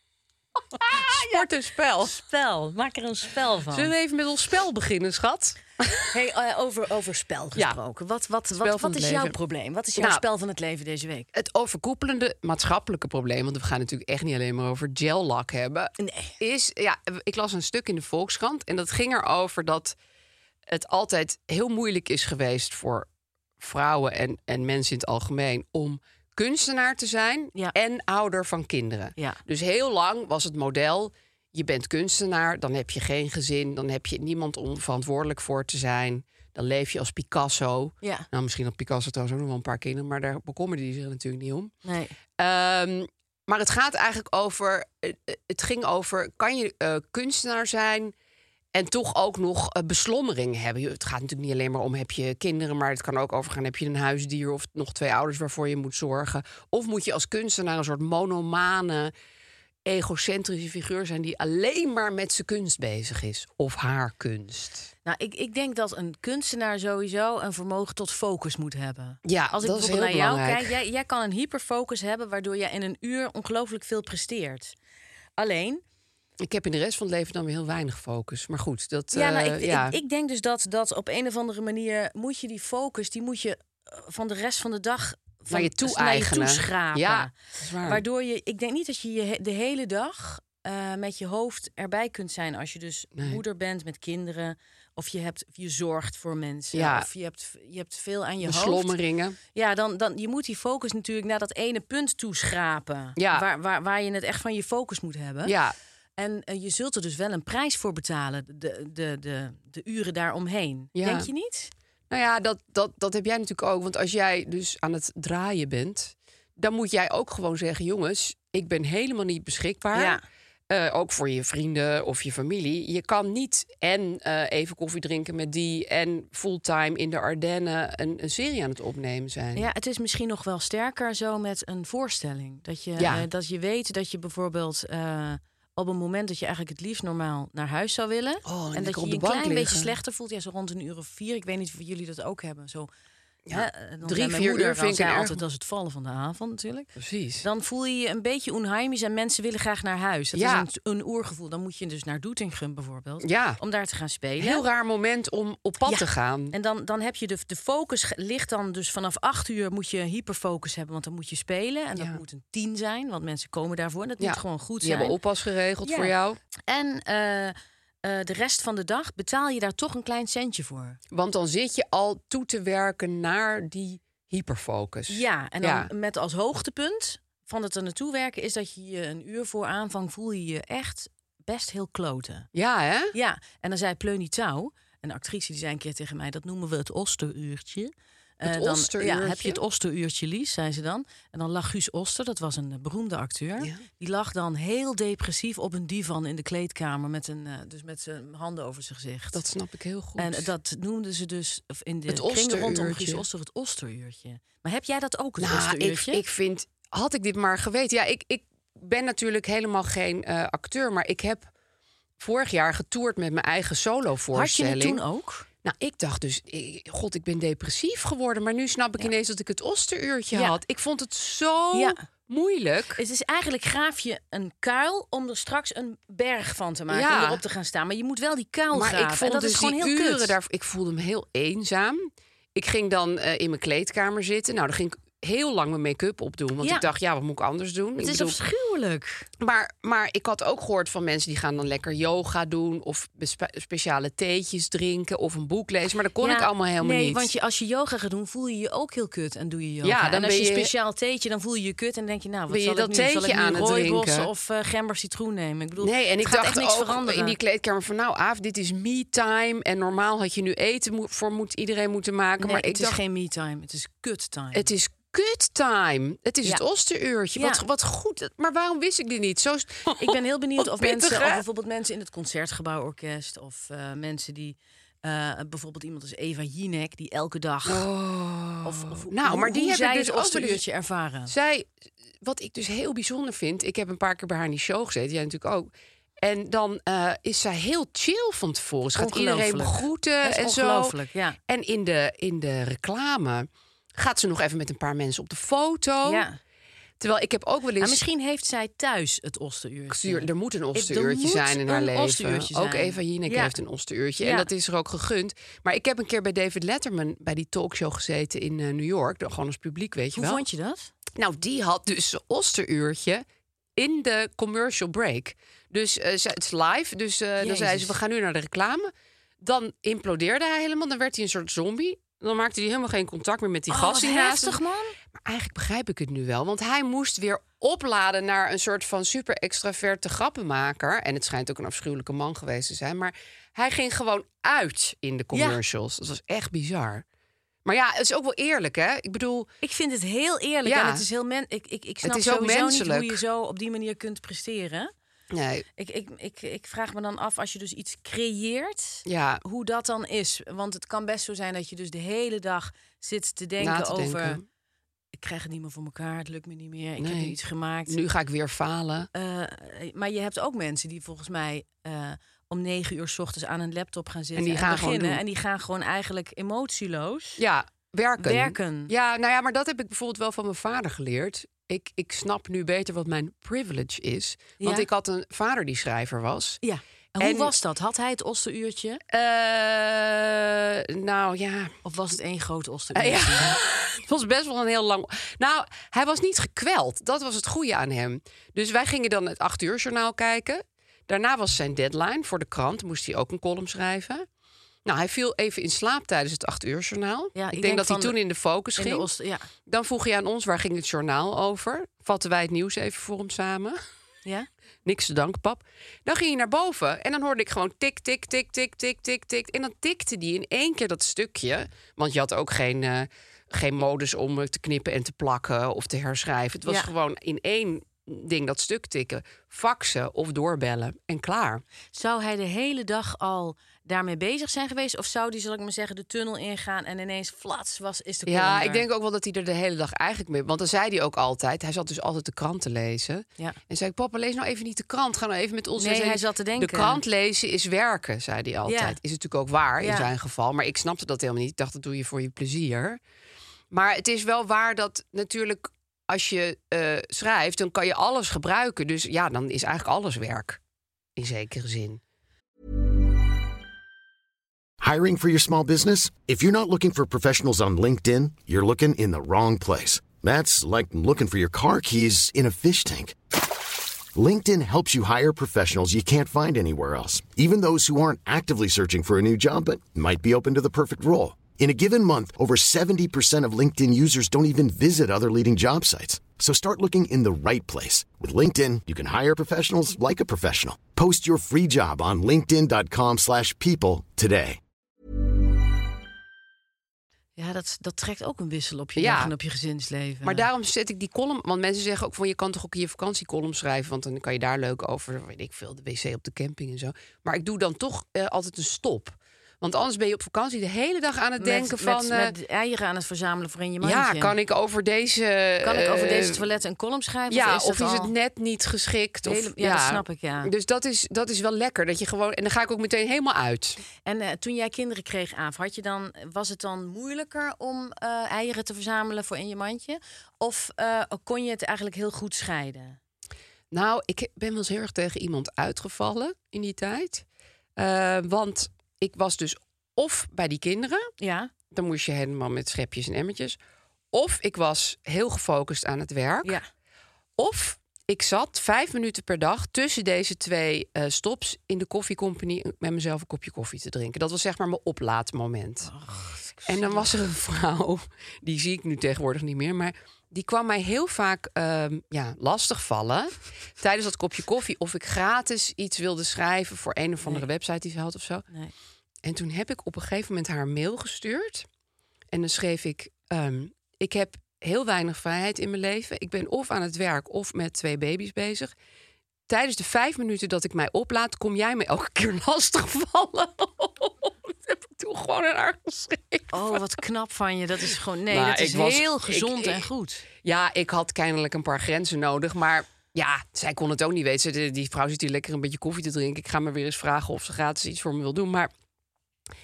Sport en spel. Spel. Maak er een spel van. Zullen we even met ons spel beginnen, schat? Hey, over spel gesproken. Wat is jouw probleem? Wat is jouw spel van het leven deze week? Het overkoepelende maatschappelijke probleem... want we gaan natuurlijk echt niet alleen maar over gel-lak hebben... is, ik las een stuk in de Volkskrant... en dat ging erover dat het altijd heel moeilijk is geweest... voor vrouwen en mensen in het algemeen... om kunstenaar te zijn en ouder van kinderen. Ja. Dus heel lang was het model... je bent kunstenaar, dan heb je geen gezin... dan heb je niemand om verantwoordelijk voor te zijn... dan leef je als Picasso. Ja. Nou, misschien had Picasso trouwens ook nog wel een paar kinderen... maar daar bekommerde hij zich natuurlijk niet om. Nee. Maar het gaat eigenlijk over... het ging over, kan je kunstenaar zijn... en toch ook nog beslommering hebben. Het gaat natuurlijk niet alleen maar om heb je kinderen... maar het kan ook overgaan, heb je een huisdier... of nog 2 ouders waarvoor je moet zorgen. Of moet je als kunstenaar een soort monomane... egocentrische figuur zijn die alleen maar met zijn kunst bezig is. Of haar kunst. Nou, ik denk dat een kunstenaar sowieso een vermogen tot focus moet hebben. Ja, als ik dat is heel bijvoorbeeld naar belangrijk. jou kijk, jij kan een hyperfocus hebben... waardoor jij in een uur ongelooflijk veel presteert. Alleen... Ik heb in de rest van het leven dan weer heel weinig focus. Maar goed, dat... Ik denk dus dat op een of andere manier... moet je die focus, die moet je van de rest van de dag... naar je toe-eigenen. Schrapen. Ja, dat is waar. Waardoor ik denk niet dat je de hele dag met je hoofd erbij kunt zijn... als je dus moeder bent met kinderen... of je zorgt voor mensen... of je hebt veel aan je hoofd. Beslommeringen. Ja, dan je moet die focus natuurlijk naar dat ene punt toe schrapen... waar je het echt van je focus moet hebben. Ja. En je zult er dus wel een prijs voor betalen... de uren daaromheen. Ja. Denk je niet? Nou ja, dat heb jij natuurlijk ook. Want als jij dus aan het draaien bent... dan moet jij ook gewoon zeggen... jongens, ik ben helemaal niet beschikbaar. Ja. Ook voor je vrienden of je familie. Je kan niet even koffie drinken met die... en fulltime in de Ardennen een serie aan het opnemen zijn. Ja, het is misschien nog wel sterker zo met een voorstelling. Dat je weet dat je bijvoorbeeld... op een moment dat je eigenlijk het liefst normaal naar huis zou willen... en dat je een klein beetje slechter voelt. Ja, zo rond 1 uur of 4. Ik weet niet of jullie dat ook hebben. Zo, 3-4 uur vind ik altijd als het vallen van de avond natuurlijk. Precies. Dan voel je je een beetje onheimisch en mensen willen graag naar huis. Dat is een oergevoel. Dan moet je dus naar Doetinchem bijvoorbeeld. Ja. Om daar te gaan spelen. Heel raar moment om op pad te gaan. En dan heb je de focus ligt dan dus vanaf 8 uur moet je hyperfocus hebben. Want dan moet je spelen. En dat moet een 10 zijn. Want mensen komen daarvoor. En dat moet gewoon goed zijn. Die hebben oppas geregeld voor jou. En... de rest van de dag betaal je daar toch een klein centje voor. Want dan zit je al toe te werken naar die hyperfocus. Ja, en dan met als hoogtepunt van het er naartoe werken... is dat je een uur voor aanvang voel je je echt best heel kloten. Ja, hè? Ja, en dan zei Pleunie Touw, een actrice, die zei een keer tegen mij... dat noemen we het Osteruurtje. Osteruurtje? Ja, heb je het Osteruurtje, Lies, zei ze dan. En dan lag Guus Oster, dat was een beroemde acteur. Ja. Die lag dan heel depressief op een divan in de kleedkamer... met zijn handen over zijn gezicht. Dat snap ik heel goed. En dat noemden ze dus in de kringen rondom Guus Oster het Osteruurtje. Maar heb jij dat ook, het Osteruurtje? Ik vind, had ik dit maar geweten... Ja, ik ben natuurlijk helemaal geen acteur... maar ik heb vorig jaar getoerd met mijn eigen solo-voorstelling. Had je het toen ook? Nou, ik dacht dus, ik ben depressief geworden. Maar nu snap ik ineens dat ik het Osteruurtje had. Ik vond het zo moeilijk. Het is eigenlijk graaf je een kuil om er straks een berg van te maken. Om erop te gaan staan. Maar je moet wel die kuil graven. Ik vond en dat dus is gewoon die heel uren kut. ik voelde me heel eenzaam. Ik ging dan in mijn kleedkamer zitten. Nou, dan ging ik heel lang mijn make-up opdoen. Want ik dacht, wat moet ik anders doen? Het is afschuwelijk. Maar ik had ook gehoord van mensen die gaan dan lekker yoga doen... of speciale theetjes drinken of een boek lezen. Maar dat kon ik allemaal helemaal niet. Nee, want als je yoga gaat doen, voel je je ook heel kut en doe je yoga. Ja, en als je een speciaal theetje, dan voel je je kut... en dan denk je, nou, wat zal ik nu? Zal ik nu rooibos of gember citroen nemen? Ik bedoel, en ik dacht echt niks ook veranderen. In die kleedkamer van, nou, Aaf, dit is me-time... en normaal had je nu eten iedereen moeten maken. Nee, maar het is geen me-time, het is kut-time. Het is kut-time. Het is het Osteruurtje. Ja. Wat goed. Maar waarom wist ik dit niet? Ik ben heel benieuwd of bijvoorbeeld mensen in het Concertgebouworkest... of mensen die... bijvoorbeeld iemand als Eva Jinek, die elke dag... maar die hebben zij dus het Osteruurtje ervaren. Wat ik dus heel bijzonder vind... Ik heb een paar keer bij haar in die show gezeten. Jij natuurlijk ook. En dan is zij heel chill van tevoren. Ze gaat iedereen begroeten en zo. Ja. En in de reclame... gaat ze nog even met een paar mensen op de foto. Ja. Terwijl ik heb ook wel eens... Maar misschien heeft zij thuis het osteruurtje. Er moet een osteruurtje zijn in haar leven. Ook Eva Jinek heeft een osteruurtje. Ja. En dat is er ook gegund. Maar ik heb een keer bij David Letterman bij die talkshow gezeten in New York. Gewoon als publiek, weet je wel. Hoe vond je dat? Nou, die had dus een osteruurtje in de commercial break. Dus het is live. Dus dan zei ze, we gaan nu naar de reclame. Dan implodeerde hij helemaal. Dan werd hij een soort zombie. Dan maakte hij helemaal geen contact meer met die gasten. Wat heftig, man. Maar eigenlijk begrijp ik het nu wel. Want hij moest weer opladen naar een soort van super extraverte grappenmaker. En het schijnt ook een afschuwelijke man geweest te zijn. Maar hij ging gewoon uit in de commercials. Dat was echt bizar. Maar ja, het is ook wel eerlijk, hè? Ik bedoel... Ik vind het heel eerlijk. En het is heel ik snap sowieso niet hoe je zo op die manier kunt presteren. Nee. Ik vraag me dan af, als je dus iets creëert, Ja. hoe dat dan is. Want het kan best zo zijn dat je dus de hele dag zit te denken over... Ik krijg het niet meer voor elkaar, het lukt me niet meer. Ik heb nu iets gemaakt. Nu ga ik weer falen. Maar je hebt ook mensen die volgens mij om 9 uur 's ochtends aan een laptop gaan zitten En die gaan beginnen. gewoon doen. En die gaan gewoon eigenlijk emotieloos Ja, werken. Ja, nou ja, maar dat heb ik bijvoorbeeld wel van mijn vader geleerd. Ik snap nu beter wat mijn privilege is. Want ik had een vader die schrijver was. Ja. En hoe was dat? Had hij het osteruurtje? Nou ja. Of was het één groot osteruurtje? Ja. Het was best wel een heel lang... Nou, hij was niet gekweld. Dat was het goede aan hem. Dus wij gingen dan het 8 uur journaal kijken. Daarna was zijn deadline voor de krant. Moest hij ook een column schrijven. Nou, hij viel even in slaap tijdens het 8 uur journaal. Ja, ik denk dat hij toen in de focus ging. Dan vroeg hij aan ons, waar ging het journaal over? Vatten wij het nieuws even voor hem samen. Ja? Niks te danken, pap. Dan ging hij naar boven en dan hoorde ik gewoon tik, tik, tik, tik, tik, tik, tik. En dan tikte hij in 1 keer dat stukje. Want je had ook geen modus om te knippen en te plakken of te herschrijven. Het was gewoon in 1 ding dat stuk tikken, faxen of doorbellen en klaar. Zou hij de hele dag al daarmee bezig zijn geweest? Of zou die, zal ik maar zeggen, de tunnel ingaan en ineens flats is de column Ja, er? ik denk ook wel dat hij er de hele dag eigenlijk mee... Want dan zei hij ook altijd... Hij zat dus altijd de krant te lezen. Ja. En zei ik, papa, lees nou even niet de krant. Ga nou even met ons... Nee, hij zat te denken. De krant lezen is werken, zei hij altijd. Ja. Is natuurlijk ook waar in zijn geval. Maar ik snapte dat helemaal niet. Ik dacht, dat doe je voor je plezier. Maar het is wel waar dat natuurlijk... Als je schrijft, dan kan je alles gebruiken. Dus ja, dan is eigenlijk alles werk. In zekere zin. Hiring for your small business? If you're not looking for professionals on LinkedIn, you're looking in the wrong place. That's like looking for your car keys in a fish tank. LinkedIn helps you hire professionals you can't find anywhere else, even those who aren't actively searching for a new job but might be open to the perfect role. In a given month, over 70% of LinkedIn users don't even visit other leading job sites. So start looking in the right place. With LinkedIn, you can hire professionals like a professional. Post your free job on linkedin.com/people today. Ja, dat trekt ook een wissel op je dag en op je gezinsleven. Maar daarom zet ik die column... Want mensen zeggen ook van, je kan toch ook in je vakantiecolumn schrijven... want dan kan je daar leuk over, weet ik veel, de wc op de camping en zo. Maar ik doe dan toch altijd een stop. Want anders ben je op vakantie de hele dag aan het denken van... Met eieren aan het verzamelen voor in je mandje. Ja, kan ik over deze toilet een column schrijven? Ja, of is het net niet geschikt? Dat snap ik, ja. Dus dat is wel lekker. Dat je gewoon, en dan ga ik ook meteen helemaal uit. En toen jij kinderen kreeg, Aaf, was het dan moeilijker om eieren te verzamelen voor in je mandje? Of kon je het eigenlijk heel goed scheiden? Nou, ik ben wel eens heel erg tegen iemand uitgevallen in die tijd. Want... Ik was dus of bij die kinderen. Ja. Dan moest je helemaal met schepjes en emmertjes. Of ik was heel gefocust aan het werk. Ja. Of ik zat 5 minuten per dag tussen deze 2 stops in de koffiecompany met mezelf een kopje koffie te drinken. Dat was zeg maar mijn oplaadmoment. En dan was er een vrouw, die zie ik nu tegenwoordig niet meer, maar die kwam mij heel vaak lastigvallen tijdens dat kopje koffie. Of ik gratis iets wilde schrijven voor een of andere website die ze had of zo. Nee. En toen heb ik op een gegeven moment haar een mail gestuurd. En dan schreef ik, ik heb heel weinig vrijheid in mijn leven. Ik ben of aan het werk of met 2 baby's bezig. Tijdens de 5 minuten dat ik mij oplaad, kom jij me elke keer lastigvallen. Dat heb ik toen gewoon aan haar geschreven. Oh, wat knap van je. Dat is gewoon, dat is heel gezond en goed. Ja, ik had kennelijk een paar grenzen nodig, maar ja, zij kon het ook niet weten. Die vrouw zit hier lekker een beetje koffie te drinken. Ik ga me weer eens vragen of ze gratis iets voor me wil doen. Maar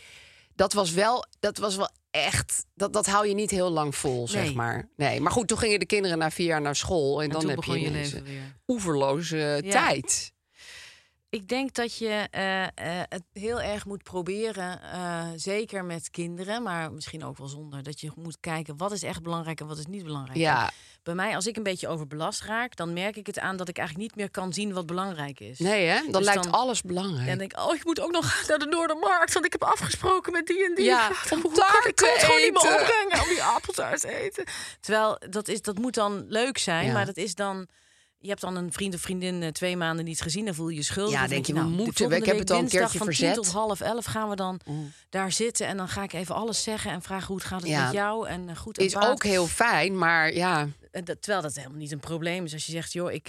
dat was wel echt... Dat hou je niet heel lang vol, zeg maar. Nee, maar goed, toen gingen de kinderen na 4 jaar naar school. En dan heb je je leven weer oeverloze tijd. Ik denk dat je het heel erg moet proberen, zeker met kinderen, maar misschien ook wel zonder, dat je moet kijken wat is echt belangrijk en wat is niet belangrijk. Ja. Bij mij, als ik een beetje overbelast raak, dan merk ik het aan dat ik eigenlijk niet meer kan zien wat belangrijk is. Nee, hè? Dan Dus lijkt alles belangrijk. En dan denk ik, ik moet ook nog naar de Noordermarkt, want ik heb afgesproken met die en die. Ja, om taart ik kan het gewoon niet meer eten. opbrengen om die appeltaart te eten. Terwijl, dat moet dan leuk zijn, maar dat is dan... Je hebt dan een vriend of vriendin 2 maanden niet gezien, dan voel je je schuldig. Ja, Dan denk je, nou, we de moeten. volgende Ik heb week het al een dinsdag keertje van verzet. 10 tot 10:30 gaan we dan daar zitten. En dan ga ik even alles zeggen en vragen hoe het gaat met jou. En goed en is kwaad. ook heel fijn, maar ja... Terwijl dat helemaal niet een probleem is. Als je zegt, joh,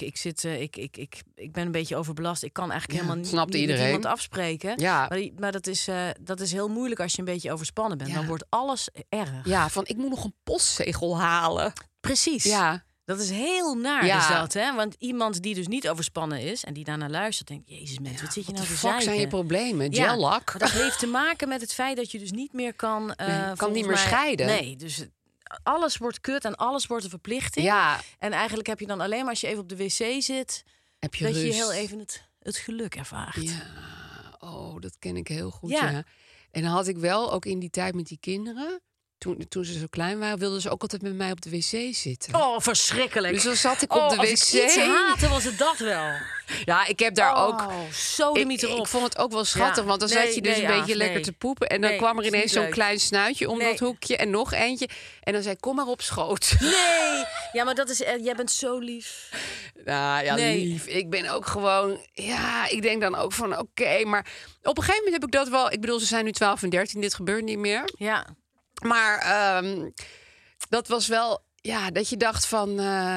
ik ben een beetje overbelast. Ik kan eigenlijk helemaal niet met iemand afspreken. Ja. Maar dat is heel moeilijk als je een beetje overspannen bent. Ja. Dan wordt alles erg. Ja, van ik moet nog een postzegel halen. Precies. Ja. Dat is heel naar, Ja. is dat, hè? Want iemand die dus niet overspannen is en die daarna luistert, denkt, jezus mensen, wat zit je nou te zeiken? Wat zijn je problemen? Ja, Gellak? maar dat heeft te maken met het feit dat je dus niet meer kan... kan niet meer scheiden. Nee, dus alles wordt kut en alles wordt een verplichting. Ja. En eigenlijk heb je dan alleen maar als je even op de wc zit, Heb je dat rust. je heel even het geluk ervaart. Ja, dat ken ik heel goed, Ja. ja. En dan had ik wel, ook in die tijd met die kinderen... Toen ze zo klein waren, wilden ze ook altijd met mij op de wc zitten. Oh, verschrikkelijk. Dus dan zat ik op de wc. Als ik iets haatte, was het dat wel. Ja, ik heb daar ook... Zo de miet erop. Ik vond het ook wel schattig, Ja. want dan Nee, zat je dus nee, een beetje Aaf, lekker nee. te poepen. En dan Nee, kwam er is ineens niet zo'n leuk. klein snuitje om Nee. dat hoekje en nog eentje. En dan zei ik, kom maar op schoot. Nee, ja, maar dat is... jij bent zo lief. Nou ja, Nee. lief. Ik ben ook gewoon... Ja, ik denk dan ook van oké, maar op een gegeven moment heb ik dat wel... Ik bedoel, ze zijn nu 12 en 13, dit gebeurt niet meer. Ja. Maar dat was wel... Ja, dat je dacht van...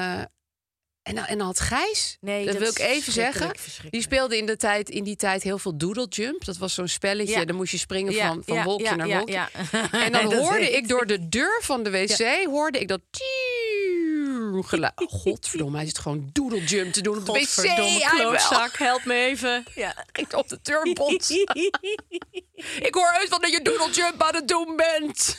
En dan had Gijs, Nee, dat dat wil ik is even zeggen... verschrikkelijk. Die speelde in die tijd heel veel doodle jump. Dat was zo'n spelletje, Ja. dan moest je springen Ja, van wolkje naar wolkje. ja. En dan Dat hoorde weet ik door de deur van de wc... hoorde ik dat... geluid. Godverdomme, hij zit gewoon doodle jump te doen op de wc. Godverdomme Hij wel. klootzak, help me even. Ja. Ik op de turnbond. Ik hoor uit van dat je doodle jump aan het doen bent.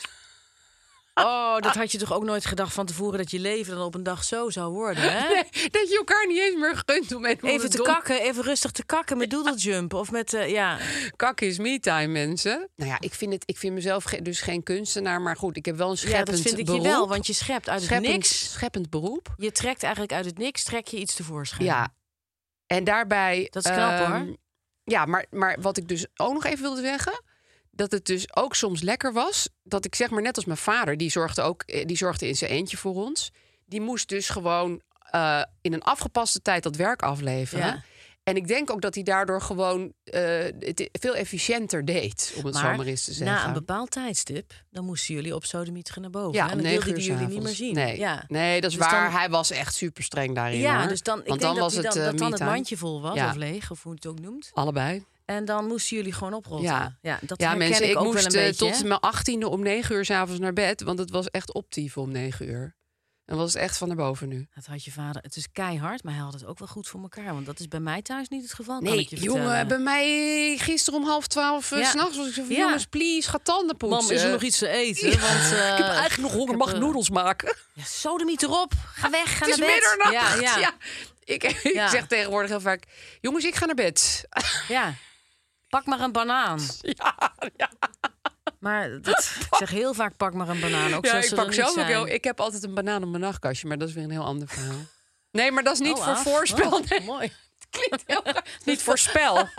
Oh, dat had je toch ook nooit gedacht van tevoren... dat je leven dan op een dag zo zou worden, hè? Nee, dat je elkaar niet eens meer gunt om Even te kakken, even rustig te kakken met doodlejump. Of met, ja... Kakken is me-time, mensen. Nou ja, ik vind mezelf dus geen kunstenaar. Maar goed, ik heb wel een scheppend Ja, dat vind ik beroep. je wel, want je schept uit het niks. Scheppend beroep. Je trekt eigenlijk uit het niks, trek je iets tevoorschijn. Ja. En daarbij... Dat is knap, hoor. Ja, maar wat ik dus ook nog even wilde zeggen... dat het dus ook soms lekker was... dat ik zeg maar net als mijn vader... die zorgde in zijn eentje voor ons. Die moest dus gewoon in een afgepaste tijd dat werk afleveren. Ja. En ik denk ook dat hij daardoor gewoon het veel efficiënter deed... om het zo maar eens te zeggen. Na een bepaald tijdstip, dan moesten jullie op sodemieteren naar boven. Ja, en om dan 9 wilde uur hij jullie niet meer 's zien. avonds. Nee, Ja. nee, dat is Dus waar. dan- Hij was echt super streng daarin. Ja, hoor. dus dan, Want ik denk was dat het dan het me-time. mandje vol was, Ja. of leeg, of hoe je het ook noemt. Allebei. En dan moesten jullie gewoon oprotten. Ja, dat ja herken mensen, ik ook wel moest een beetje. tot mijn 18e om 9 uur 's avonds naar bed. Want het was echt optieven om 9 uur. En was het echt van naar boven nu. Dat had je vader. Het is keihard, maar hij had het ook wel goed voor elkaar. Want dat is bij mij thuis niet het geval. kan Nee, ik je vertellen. jongen, bij mij gisteren om 11:30 Ja. 'S'nachts was ik zo van... Ja. jongens, please, ga tanden poetsen. Mam, is er nog iets te eten? Ja, Want, ik heb eigenlijk nog honger, mag ik noedels maken? Ja, sodemiet erop. Ga weg, ga Het is naar bed. middernacht. Ja, ja. Ik Ja. zeg tegenwoordig heel vaak... jongens, ik ga naar bed. Ja. Pak maar een banaan. Ja. Maar ik zeg heel vaak pak maar een banaan. Ook Ja, zoals ik ze pak er zelf niet ook zijn. heel... Ik heb altijd een banaan op mijn nachtkastje, maar dat is weer een heel ander verhaal. Nee, maar dat is niet Oh, voor Aaf. voorspel. Oh, Nee, mooi. het klinkt heel raar. Niet voor spel.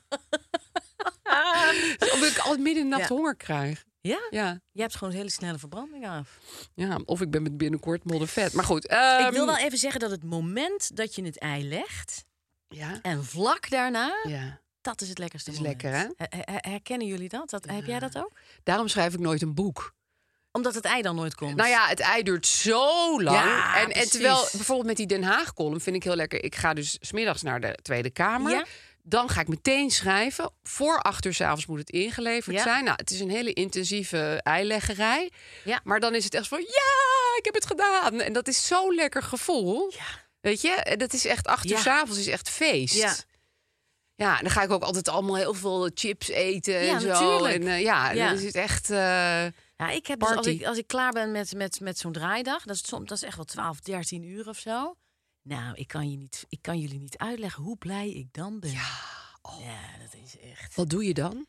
Omdat ik altijd midden in de nacht Ja. honger krijg. Ja? Ja. Je hebt gewoon een hele snelle verbranding af. Ja, of ik ben met binnenkort moddervet. Maar goed. Ik wil wel even zeggen dat het moment dat je het ei legt... Ja. en vlak daarna, Ja. dat is het lekkerste Is moment. lekker, hè? Herkennen jullie dat? Heb jij dat ook? Daarom schrijf ik nooit een boek. Omdat het ei dan nooit komt. Nou ja, het ei duurt zo lang. Ja, en precies. terwijl bijvoorbeeld met die Den Haag-column vind ik heel lekker. Ik ga dus 's middags naar de Tweede Kamer. Ja. Dan ga ik meteen schrijven. Voor 8 uur 's avonds moet het ingeleverd Ja. zijn. Nou, het is een hele intensieve eileggerij. Ja. Maar dan is het echt van, ja, ik heb het gedaan. En dat is zo'n lekker gevoel. Ja. Weet je, dat is echt 8 uur Ja. 's avonds is echt feest. Ja. Ja, dan ga ik ook altijd allemaal heel veel chips eten en zo. Natuurlijk. En dan is het echt... Ja, ik heb dus als ik klaar ben met zo'n draaidag, dat is echt wel 12, 13 uur of zo. Nou, ik kan jullie niet uitleggen hoe blij ik dan ben. Ja, dat is echt... Wat doe je dan?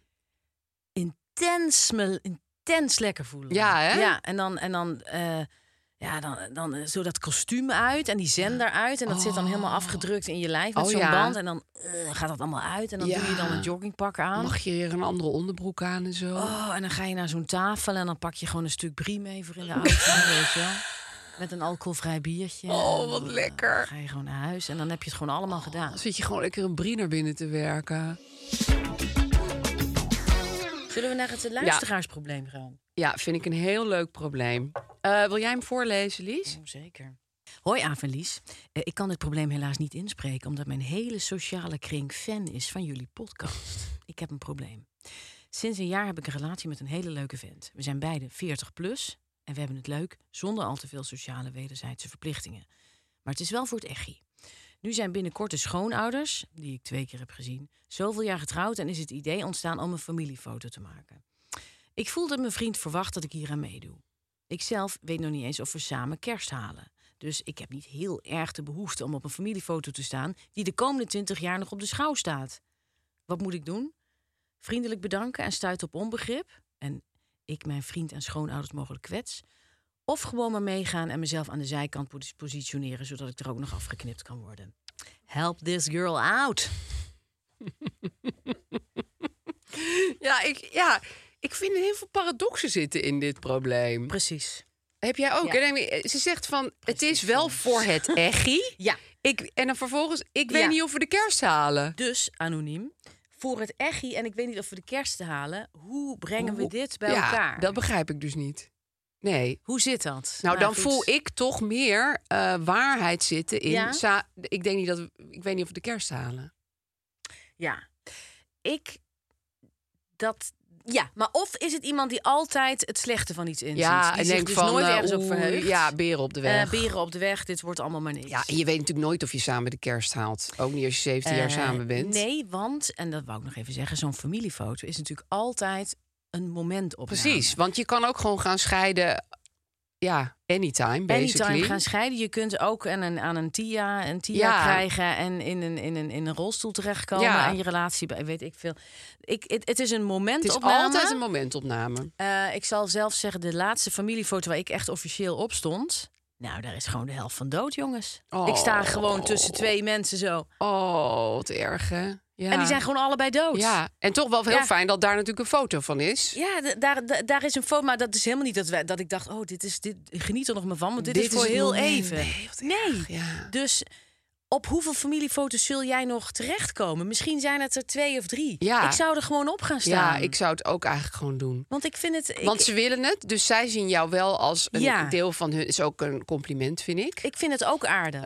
Intens lekker voelen. Ja, hè? Ja, dan zo dat kostuum uit en die zender uit. En dat zit dan helemaal afgedrukt in je lijf met zo'n band. En dan gaat dat allemaal uit. En dan doe je dan een joggingpak aan. Mag je weer een andere onderbroek aan en zo? Oh, en dan ga je naar zo'n tafel en dan pak je gewoon een stuk brie mee voor in de auto. Weet je wel? Met een alcoholvrij biertje. Oh, wat lekker. Dan ga je gewoon naar huis en dan heb je het gewoon allemaal gedaan. Dan zit je gewoon lekker een brie naar binnen te werken. Zullen we naar het luisteraarsprobleem gaan? Ja, vind ik een heel leuk probleem. Wil jij hem voorlezen, Lies? Oh, zeker. Hoi, Aaf en Lies. Ik kan dit probleem helaas niet inspreken, omdat mijn hele sociale kring fan is van jullie podcast. Ik heb een probleem. Sinds een jaar heb ik een relatie met een hele leuke vent. We zijn beide 40 plus en we hebben het leuk zonder al te veel sociale wederzijdse verplichtingen. Maar het is wel voor het echi. Nu zijn binnenkort de schoonouders, die ik 2 keer heb gezien, zoveel jaar getrouwd en is het idee ontstaan om een familiefoto te maken. Ik voel dat mijn vriend verwacht dat ik hier aan meedoe. Ik zelf weet nog niet eens of we samen kerst halen. Dus ik heb niet heel erg de behoefte om op een familiefoto te staan die de komende 20 jaar nog op de schouw staat. Wat moet ik doen? Vriendelijk bedanken en stuiten op onbegrip? En ik mijn vriend en schoonouders mogelijk kwets? Of gewoon maar meegaan en mezelf aan de zijkant positioneren, zodat ik er ook nog afgeknipt kan worden? Help this girl out. Ik vind er heel veel paradoxen zitten in dit probleem. Precies. Heb jij ook? Ja. Ze zegt van, het is wel voor het echi. Ja. En dan vervolgens, ik weet niet of we de kerst halen. Dus, anoniem, voor het echi en ik weet niet of we de kerst halen, hoe brengen we dit bij elkaar? Dat begrijp ik dus niet. Nee. Hoe zit dat? Nou, dan goed. voel ik toch meer waarheid zitten in... Ja? Ik weet niet of we de kerst halen. Ja. Maar of is het iemand die altijd het slechte van iets inziet? Ja, die en zich denk dus van, nooit ergens op verheugt? Ja, beren op de weg. Beren op de weg, dit wordt allemaal maar niks. Ja, en je weet natuurlijk nooit of je samen de kerst haalt. Ook niet als je 17 jaar samen bent. Nee, want, en dat wou ik nog even zeggen, zo'n familiefoto is natuurlijk altijd een momentopname. Precies, want je kan ook gewoon gaan scheiden... Ja, anytime, basically. Anytime gaan scheiden. Je kunt ook aan een TIA krijgen en in een rolstoel terechtkomen en je relatie, weet ik veel. Het is een momentopname. Het is altijd een momentopname. Ik zal zelf zeggen, de laatste familiefoto waar ik echt officieel op stond, nou, daar is gewoon de helft van dood, jongens. Oh. Ik sta gewoon tussen 2 mensen zo. Oh, wat erg, hè? Ja. En die zijn gewoon allebei dood. Ja, en toch wel heel fijn dat daar natuurlijk een foto van is. Ja, daar is een foto, maar dat is helemaal niet dat ik dacht, oh, dit geniet er nog maar van, want dit is voor het heel moment. even. Nee. Ja. Dus op hoeveel familiefoto's zul jij nog terechtkomen? Misschien zijn het er 2 of 3. Ja. Ik zou er gewoon op gaan staan. Ja, ik zou het ook eigenlijk gewoon doen. Want ik vind het... Want ze willen het, dus zij zien jou wel als een deel van hun. Is ook een compliment, vind ik. Ik vind het ook aardig.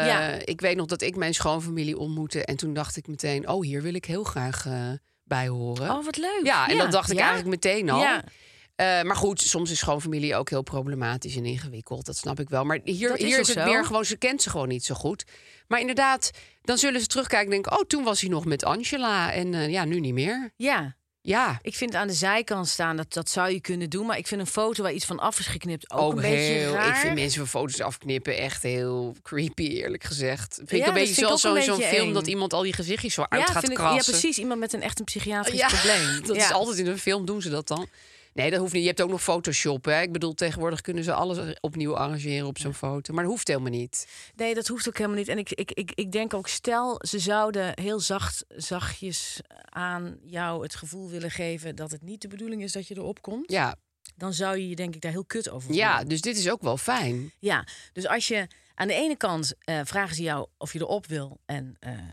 Ik weet nog dat ik mijn schoonfamilie ontmoette. En toen dacht ik meteen, oh, hier wil ik heel graag bij horen. Oh, wat leuk. Ja, en dat dacht ik eigenlijk meteen al. Ja. Maar goed, soms is schoonfamilie ook heel problematisch en ingewikkeld. Dat snap ik wel. Maar hier is het zo. meer gewoon, ze kent ze gewoon niet zo goed. Maar inderdaad, dan zullen ze terugkijken en denken... oh, toen was hij nog met Angela en nu niet meer. Ja. Ja. Ik vind aan de zijkant staan, dat zou je kunnen doen. Maar ik vind een foto waar iets van af is geknipt ook een beetje raar. Ik vind mensen van foto's afknippen echt heel creepy, eerlijk gezegd. Vind ik Ja, een beetje dat vind ik ook zoals een zo'n beetje film eng. dat iemand al die gezichtjes zo uit gaat krassen. Ja, precies. Iemand met een psychiatrisch probleem. Dat is altijd in een film, doen ze dat dan. Nee, dat hoeft niet. Je hebt ook nog Photoshop. Hè? Ik bedoel, tegenwoordig kunnen ze alles opnieuw arrangeren op zo'n foto. Maar dat hoeft helemaal niet. Nee, dat hoeft ook helemaal niet. En ik denk ook, stel, ze zouden heel zachtjes aan jou het gevoel willen geven dat het niet de bedoeling is dat je erop komt. Ja. Dan zou je denk ik daar heel kut over voelen. Ja, dus dit is ook wel fijn. Ja, dus als je aan de ene kant vragen ze jou of je erop wil en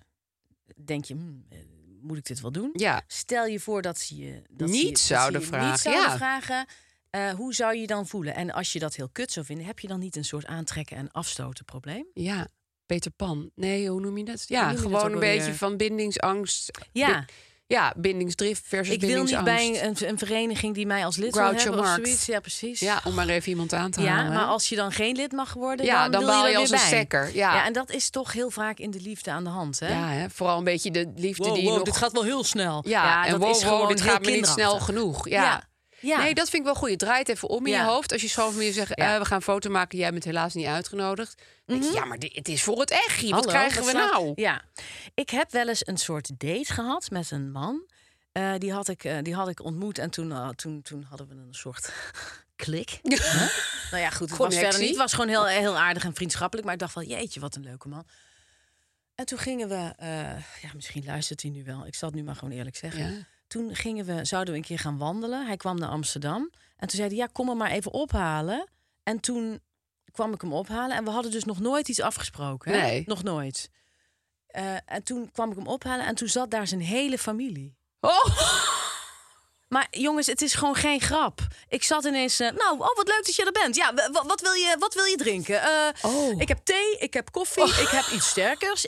denk je, moet ik dit wel doen? Ja. Stel je voor dat ze je Niet zouden vragen. Hoe zou je je dan voelen? En als je dat heel kut zou vinden, heb je dan niet een soort aantrekken en afstoten probleem? Ja, Peter Pan. Nee, hoe noem je dat? Ja, noem je dat gewoon ook een alweer? beetje van bindingsangst. Ja. Ja, bindingsdrift versus Ik wil niet bindingsangst. bij een vereniging die mij als lid wil Groucho hebben of Marx. zoiets. Ja, precies. Ja, om maar even iemand aan te halen. Ja, hè? maar als je dan geen lid mag worden, Ja, dan wil baal je er als weer een bij. stekker. Ja. En dat is toch heel vaak in de liefde aan de hand, hè? Ja, hè? Vooral een beetje de liefde die je nog... dit gaat wel heel snel. Ja, en dat is gewoon dit heel gaat me niet snel kinderachtig. genoeg. Ja. Ja. Nee, dat vind ik wel goed. Je draait even om in je Ja. hoofd. Als je schoonfamilie zegt, we gaan een foto maken. Jij bent helaas niet uitgenodigd. Dan denk je, ja, maar het is voor het echt. Wat Hallo, krijgen we slaat- nou? Ja, ik heb wel eens een soort date gehad met een man. Die had ik ontmoet en toen hadden we een soort klik. Huh? Nou ja, goed, het was Connectie. verder niet. Het was gewoon heel aardig en vriendschappelijk. Maar ik dacht wel, jeetje, wat een leuke man. En toen gingen we... misschien luistert hij nu wel. Ik zal het nu maar gewoon eerlijk zeggen. Ja. Toen zouden we een keer gaan wandelen. Hij kwam naar Amsterdam. En toen zei hij, ja, kom hem maar even ophalen. En toen kwam ik hem ophalen. En we hadden dus nog nooit iets afgesproken. Hè? Nee. Nog nooit. En toen kwam ik hem ophalen. En toen zat daar zijn hele familie. Oh. Maar jongens, het is gewoon geen grap. Ik zat ineens... wat leuk dat je er bent. Ja, wat wil je drinken? Ik heb thee, ik heb koffie, ik heb iets sterkers.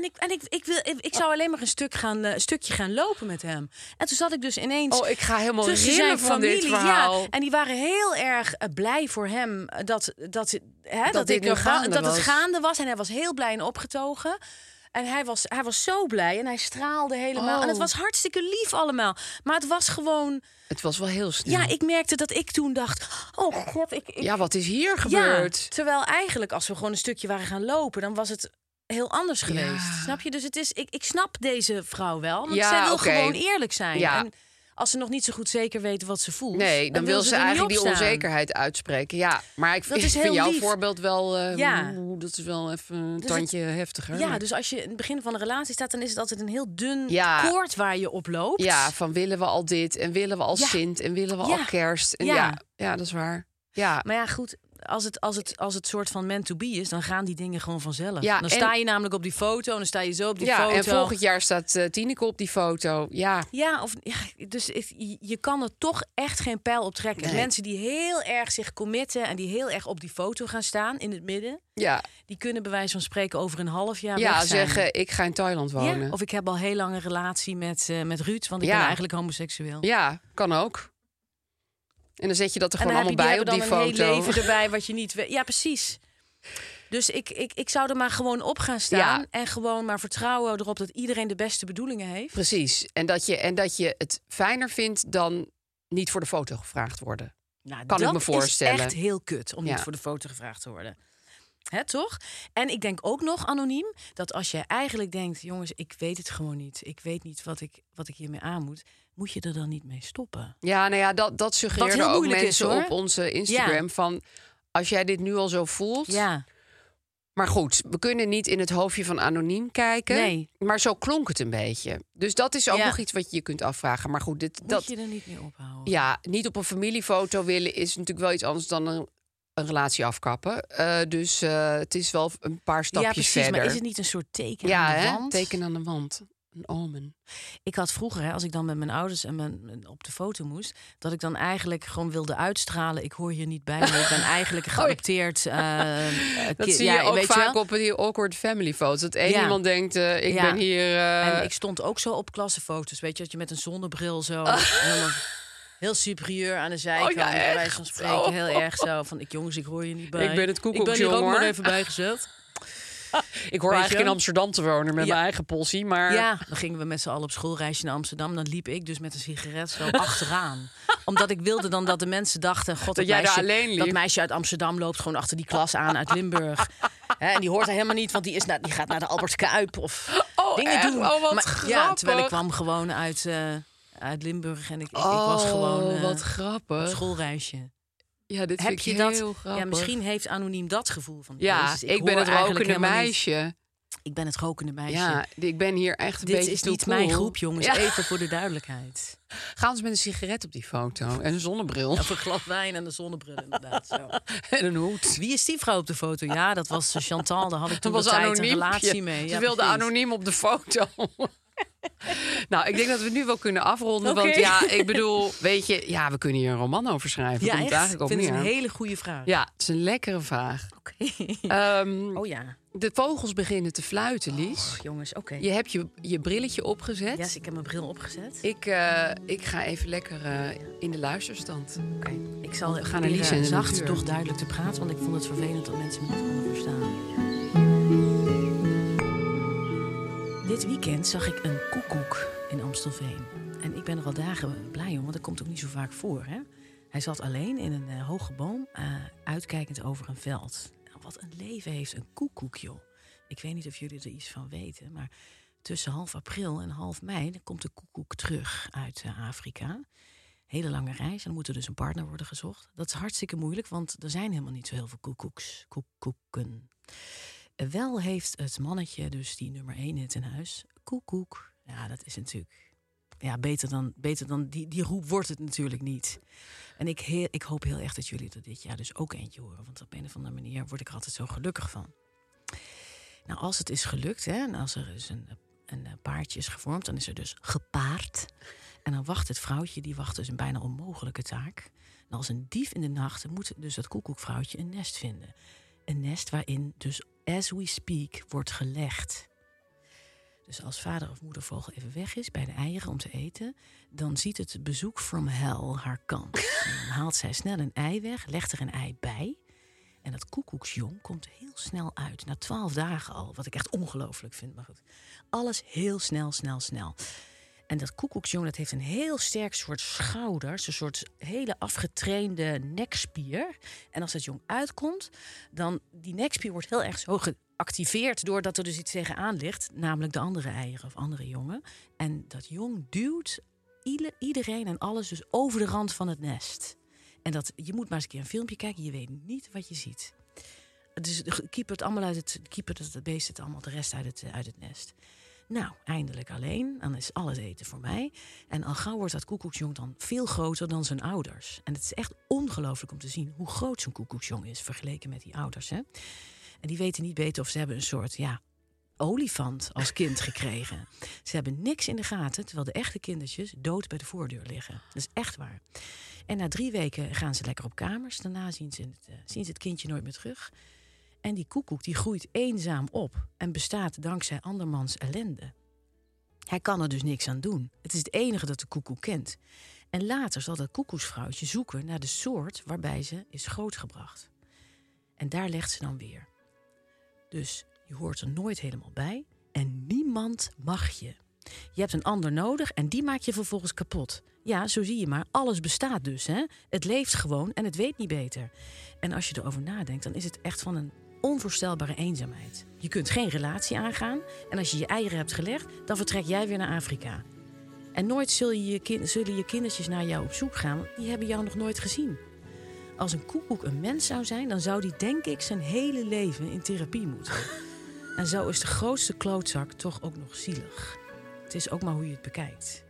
Ik zou alleen maar een stukje gaan lopen met hem. En toen zat ik dus ineens... Ik ga helemaal tussen rillen zijn van familie, dit verhaal. ja. En die waren heel erg blij voor hem dat dit nu gaande was. het gaande was. En hij was heel blij en opgetogen. En hij was zo blij en hij straalde helemaal. En het was hartstikke lief allemaal. Maar het was gewoon... Het was wel heel snel. Ja, ik merkte dat ik toen dacht... Oh god, Ja, wat is hier gebeurd? Ja, terwijl eigenlijk als we gewoon een stukje waren gaan lopen... dan was het heel anders geweest. Ja. Snap je? Dus het is, ik snap deze vrouw wel. Want Ja, zij wil oké. gewoon eerlijk zijn. Ja. En als ze nog niet zo goed zeker weet wat ze voelt... Nee, dan wil ze er niet eigenlijk die opstaan. onzekerheid uitspreken. Ja, maar ik Dat is vind heel jouw lief. voorbeeld wel... Ja. Dat is wel even een Dus tandje heftiger. Ja, dus als je in het begin van een relatie staat... dan is het altijd een heel dun Ja. koord waar je op loopt. Ja, van willen we al dit en willen we al Ja. Sint en willen we Ja. al kerst. En Ja. ja, dat is waar. Ja. Maar ja, goed, als het soort van meant to be is... dan gaan die dingen gewoon vanzelf. Ja, Dan en- sta je namelijk op die foto... en dan sta je zo op die foto. En volgend jaar staat Tineke op die foto. Ja. Dus je kan er toch echt geen pijl op trekken. Nee. Mensen die heel erg zich committen... en die heel erg op die foto gaan staan in het midden... Ja. die kunnen bij wijze van spreken over een half jaar Ja, weg zijn. zeggen ik ga in Thailand wonen. Ja, of ik heb al heel lang een relatie met Ruud... want ik Ja. ben eigenlijk homoseksueel. Ja, kan ook. En dan zet je dat er En gewoon dan allemaal heb bij je op die die hebben dan foto. een heel leven erbij wat je niet weet. Ja, precies. Dus ik zou er maar gewoon op gaan staan... Ja. en gewoon maar vertrouwen erop dat iedereen de beste bedoelingen heeft. Precies. En dat je het fijner vindt dan niet voor de foto gevraagd worden. Nou, Kan ik dat me voorstellen. is echt heel kut om Ja. niet voor de foto gevraagd te worden. Hè, toch? En ik denk ook nog, anoniem, dat als je eigenlijk denkt... jongens, ik weet het gewoon niet. Ik weet niet wat ik hiermee aan moet je er dan niet mee stoppen? Ja, nou ja, dat Wat suggereerden heel ook moeilijk is, mensen hoor. op onze Instagram. Ja. Van, als jij dit nu al zo voelt... Ja, Maar goed, we kunnen niet in het hoofdje van anoniem kijken. Nee. Maar zo klonk het een beetje. Dus dat is ook Ja. nog iets wat je je kunt afvragen. Maar goed, moet je er niet mee ophouden? ja, niet op een familiefoto willen is natuurlijk wel iets anders dan een relatie afkappen. Dus het is wel een paar Ja, stapjes precies. verder. Maar is het niet een soort teken ja, aan de hè? wand? Teken aan de wand. Een omen. Ik had vroeger, hè, als ik dan met mijn ouders en op de foto moest... dat ik dan eigenlijk gewoon wilde uitstralen... ik hoor hier niet bij, maar ik ben eigenlijk een geadopteerd... Dat zie je ook weet vaak wel? op die awkward family foto's. Dat één Ja. iemand denkt, ik Ja. ben hier... En ik stond ook zo op klassenfoto's. Weet je, dat je met een zonnebril zo... helemaal heel superieur aan de zijkant. Oh ja, bij wijze van echt spreken, zo. heel erg zo. Van, jongens, ik hoor je niet bij. Ik ben het Ik ben koekoeksjong, hier ook hoor. maar even bijgezet. Ik hoor Weet eigenlijk je? in Amsterdam te wonen met Ja. mijn eigen possie. Maar Ja, dan gingen we met z'n allen op schoolreisje naar Amsterdam. Dan liep ik dus met een sigaret zo achteraan. Omdat ik wilde dan dat de mensen dachten... God, Dat jij daar alleen liep. dat meisje uit Amsterdam loopt gewoon achter die klas aan uit Limburg. Hè, en die hoort er helemaal niet, want die gaat naar de Albert Kuip of dingen echt? doen. Oh, wat Ja, grappig. terwijl ik kwam gewoon uit Limburg en ik was gewoon wat op grappig. schoolreisje. Ja, dit Heb vind je ik dat? heel grappig. Ja, misschien heeft anoniem dat gevoel van. Ja, Jezus, ik ben hoor het eigenlijk rokende helemaal niet. meisje. Ik ben het rokende meisje. Ja, ik ben hier echt een Dit beetje is too niet cool. mijn groep, jongens. Ja. Even voor de duidelijkheid. Gaan ze met een sigaret op die foto en een zonnebril Of een glas wijn en een zonnebril, inderdaad. Zo. en een hoed. Wie is die vrouw op de foto? Ja, dat was Chantal. Daar had ik toen Dat de was tijd een anoniem. relatie mee. Ze Ja, wilde precies. anoniem op de foto. Nou, ik denk dat we het nu wel kunnen afronden. Okay. Want ja, ik bedoel, weet je... Ja, we kunnen hier een roman over schrijven. Ja, Komt echt? eigenlijk Ik ook vind het neer. een hele goede vraag. Ja, het is een lekkere vraag. Oké. Oh ja. De vogels beginnen te fluiten, Lies. Jongens, oké. Je hebt je brilletje opgezet. Yes, ik heb mijn bril opgezet. Ik ga even lekker in de luisterstand. Oké. Ik zal We gaan naar Lies in de zacht, natuur. toch duidelijk te praten, want ik vond het vervelend dat mensen me niet konden verstaan. Dit weekend zag ik een koekoek in Amstelveen. En ik ben er al dagen blij om, want dat komt ook niet zo vaak voor. Hè? Hij zat alleen in een hoge boom, uitkijkend over een veld. Nou, wat een leven heeft een koekoek, joh. Ik weet niet of jullie er iets van weten, maar tussen half april en half mei dan komt de koekoek terug uit Afrika. Hele lange reis en dan moet er dus een partner worden gezocht. Dat is hartstikke moeilijk, want er zijn helemaal niet zo heel veel koekoeken. Wel heeft het mannetje dus die nummer 1 in het huis. Koekoek. Ja, dat is natuurlijk... Ja, beter dan die roep wordt het natuurlijk niet. En ik hoop heel erg dat jullie er dit jaar dus ook eentje horen. Want op een of andere manier word ik er altijd zo gelukkig van. Nou, als het is gelukt, hè, en als er dus een paardje is gevormd, dan is er dus gepaard. En dan wacht het vrouwtje, die wacht dus een bijna onmogelijke taak. En als een dief in de nacht moet dus dat koekoekvrouwtje een nest vinden. Een nest waarin dus, as we speak, wordt gelegd. Dus als vader of moedervogel even weg is bij de eieren om te eten, dan ziet het bezoek from hell haar kans. En dan haalt zij snel een ei weg, legt er een ei bij. En dat koekoeksjong komt heel snel uit. Na 12 dagen al, wat ik echt ongelooflijk vind. Maar goed, alles heel snel. En dat koekoeksjong dat heeft een heel sterk soort schouders. Een soort hele afgetrainde nekspier. En als dat jong uitkomt, dan die nekspier wordt heel erg zo geactiveerd doordat er dus iets tegenaan ligt. Namelijk de andere eieren of andere jongen. En dat jong duwt iedereen en alles dus over de rand van het nest. En je moet maar eens een keer een filmpje kijken. Je weet niet wat je ziet. Dus kiepert het beest het allemaal de rest uit het nest. Nou, eindelijk alleen. Dan is alles eten voor mij. En al gauw wordt dat koekoeksjong dan veel groter dan zijn ouders. En het is echt ongelooflijk om te zien hoe groot zo'n koekoeksjong is vergeleken met die ouders. Hè? En die weten niet beter of ze hebben een soort olifant als kind gekregen. Ze hebben niks in de gaten, terwijl de echte kindertjes dood bij de voordeur liggen. Dat is echt waar. En na 3 weken gaan ze lekker op kamers. Daarna zien ze het kindje nooit meer terug. En die koekoek die groeit eenzaam op en bestaat dankzij andermans ellende. Hij kan er dus niks aan doen. Het is het enige dat de koekoek kent. En later zal dat koekoeksvrouwtje zoeken naar de soort waarbij ze is grootgebracht. En daar legt ze dan weer. Dus je hoort er nooit helemaal bij en niemand mag je. Je hebt een ander nodig en die maak je vervolgens kapot. Ja, zo zie je maar. Alles bestaat dus. Hè? Het leeft gewoon en het weet niet beter. En als je erover nadenkt, dan is het echt van een onvoorstelbare eenzaamheid. Je kunt geen relatie aangaan. En als je je eieren hebt gelegd, dan vertrek jij weer naar Afrika. En nooit zullen je kindertjes naar jou op zoek gaan, want die hebben jou nog nooit gezien. Als een koekoek een mens zou zijn, dan zou die denk ik zijn hele leven in therapie moeten. En zo is de grootste klootzak toch ook nog zielig. Het is ook maar hoe je het bekijkt.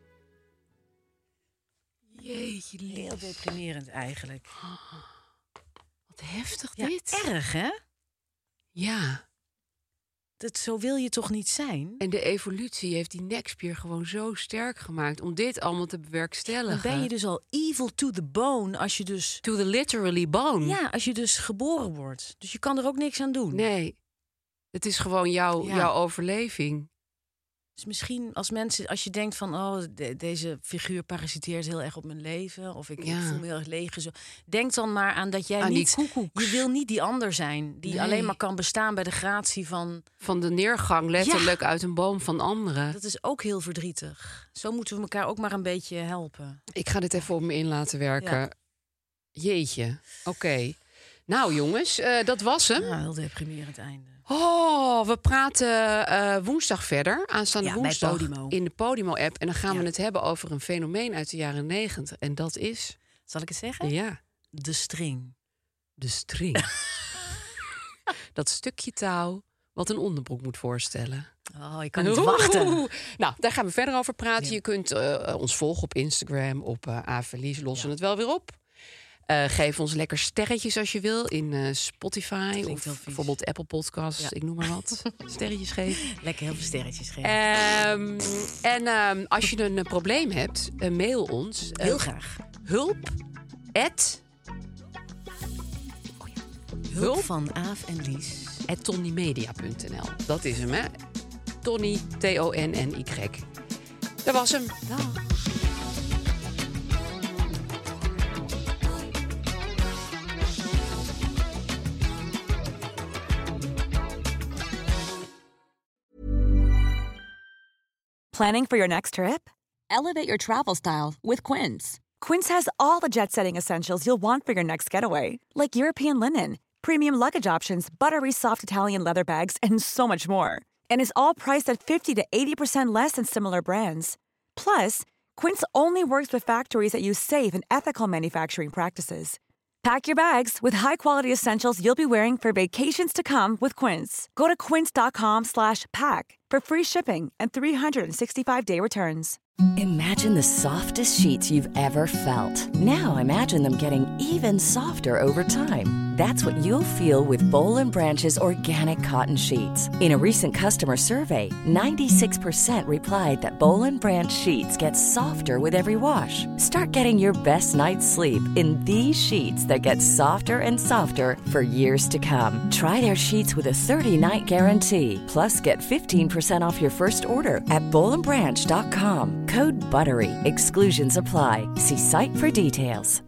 Jeetje, Heel deprimerend eigenlijk. Wat heftig Ja, dit. erg hè? Ja. Zo wil je toch niet zijn? En de evolutie heeft die nekspier gewoon zo sterk gemaakt om dit allemaal te bewerkstelligen. Dan ben je dus al evil to the bone als je dus... To the literally bone. Ja, als je dus geboren wordt. Dus je kan er ook niks aan doen. Nee. Het is gewoon jouw overleving. Dus misschien als je denkt van... deze figuur parasiteert heel erg op mijn leven. Of ik voel me heel erg leeg. Zo. Denk dan maar aan dat jij niet... die koekoeks. Je wil niet die ander zijn. Die alleen maar kan bestaan bij de gratie van... Van de neergang letterlijk uit een boom van anderen. Dat is ook heel verdrietig. Zo moeten we elkaar ook maar een beetje helpen. Ik ga dit even op me in laten werken. Ja. Jeetje. Oké. Nou jongens, dat was hem. Ja, heel deprimerend einde. Oh, we praten woensdag verder. Aanstaande woensdag bij Podimo. in de Podimo-app. En dan gaan we het hebben over een fenomeen uit de jaren 90. En dat is... Zal ik het zeggen? Ja. De string. De string. Dat stukje touw wat een onderbroek moet voorstellen. Oh, ik kan niet wachten. Nou, daar gaan we verder over praten. Ja. Je kunt ons volgen op Instagram, op Averlies. Lossen het wel weer op. Geef ons lekker sterretjes als je wil in Spotify. Klinkt Of heel vies. bijvoorbeeld Apple Podcasts. Ja. Ik noem maar wat. Sterretjes geven. Lekker heel veel sterretjes geven. En als je een probleem hebt, mail ons. Heel graag. Hulp van Aaf en Lies. @tonnymedia.nl. Dat is hem, hè? Tonny, T-O-N-N-Y. Dat was hem. Dag. Planning for your next trip? Elevate your travel style with Quince. Quince has all the jet-setting essentials you'll want for your next getaway, like European linen, premium luggage options, buttery soft Italian leather bags, and so much more. And is all priced at 50 to 80% less than similar brands. Plus, Quince only works with factories that use safe and ethical manufacturing practices. Pack your bags with high-quality essentials you'll be wearing for vacations to come with Quince. Go to quince.com/pack for free shipping and 365-day returns. Imagine the softest sheets you've ever felt. Now imagine them getting even softer over time. That's what you'll feel with Boll & Branch's organic cotton sheets. In a recent customer survey, 96% replied that Boll & Branch sheets get softer with every wash. Start getting your best night's sleep in these sheets that get softer and softer for years to come. Try their sheets with a 30-night guarantee. Plus, get 15% off your first order at bollandbranch.com. Code BUTTERY. Exclusions apply. See site for details.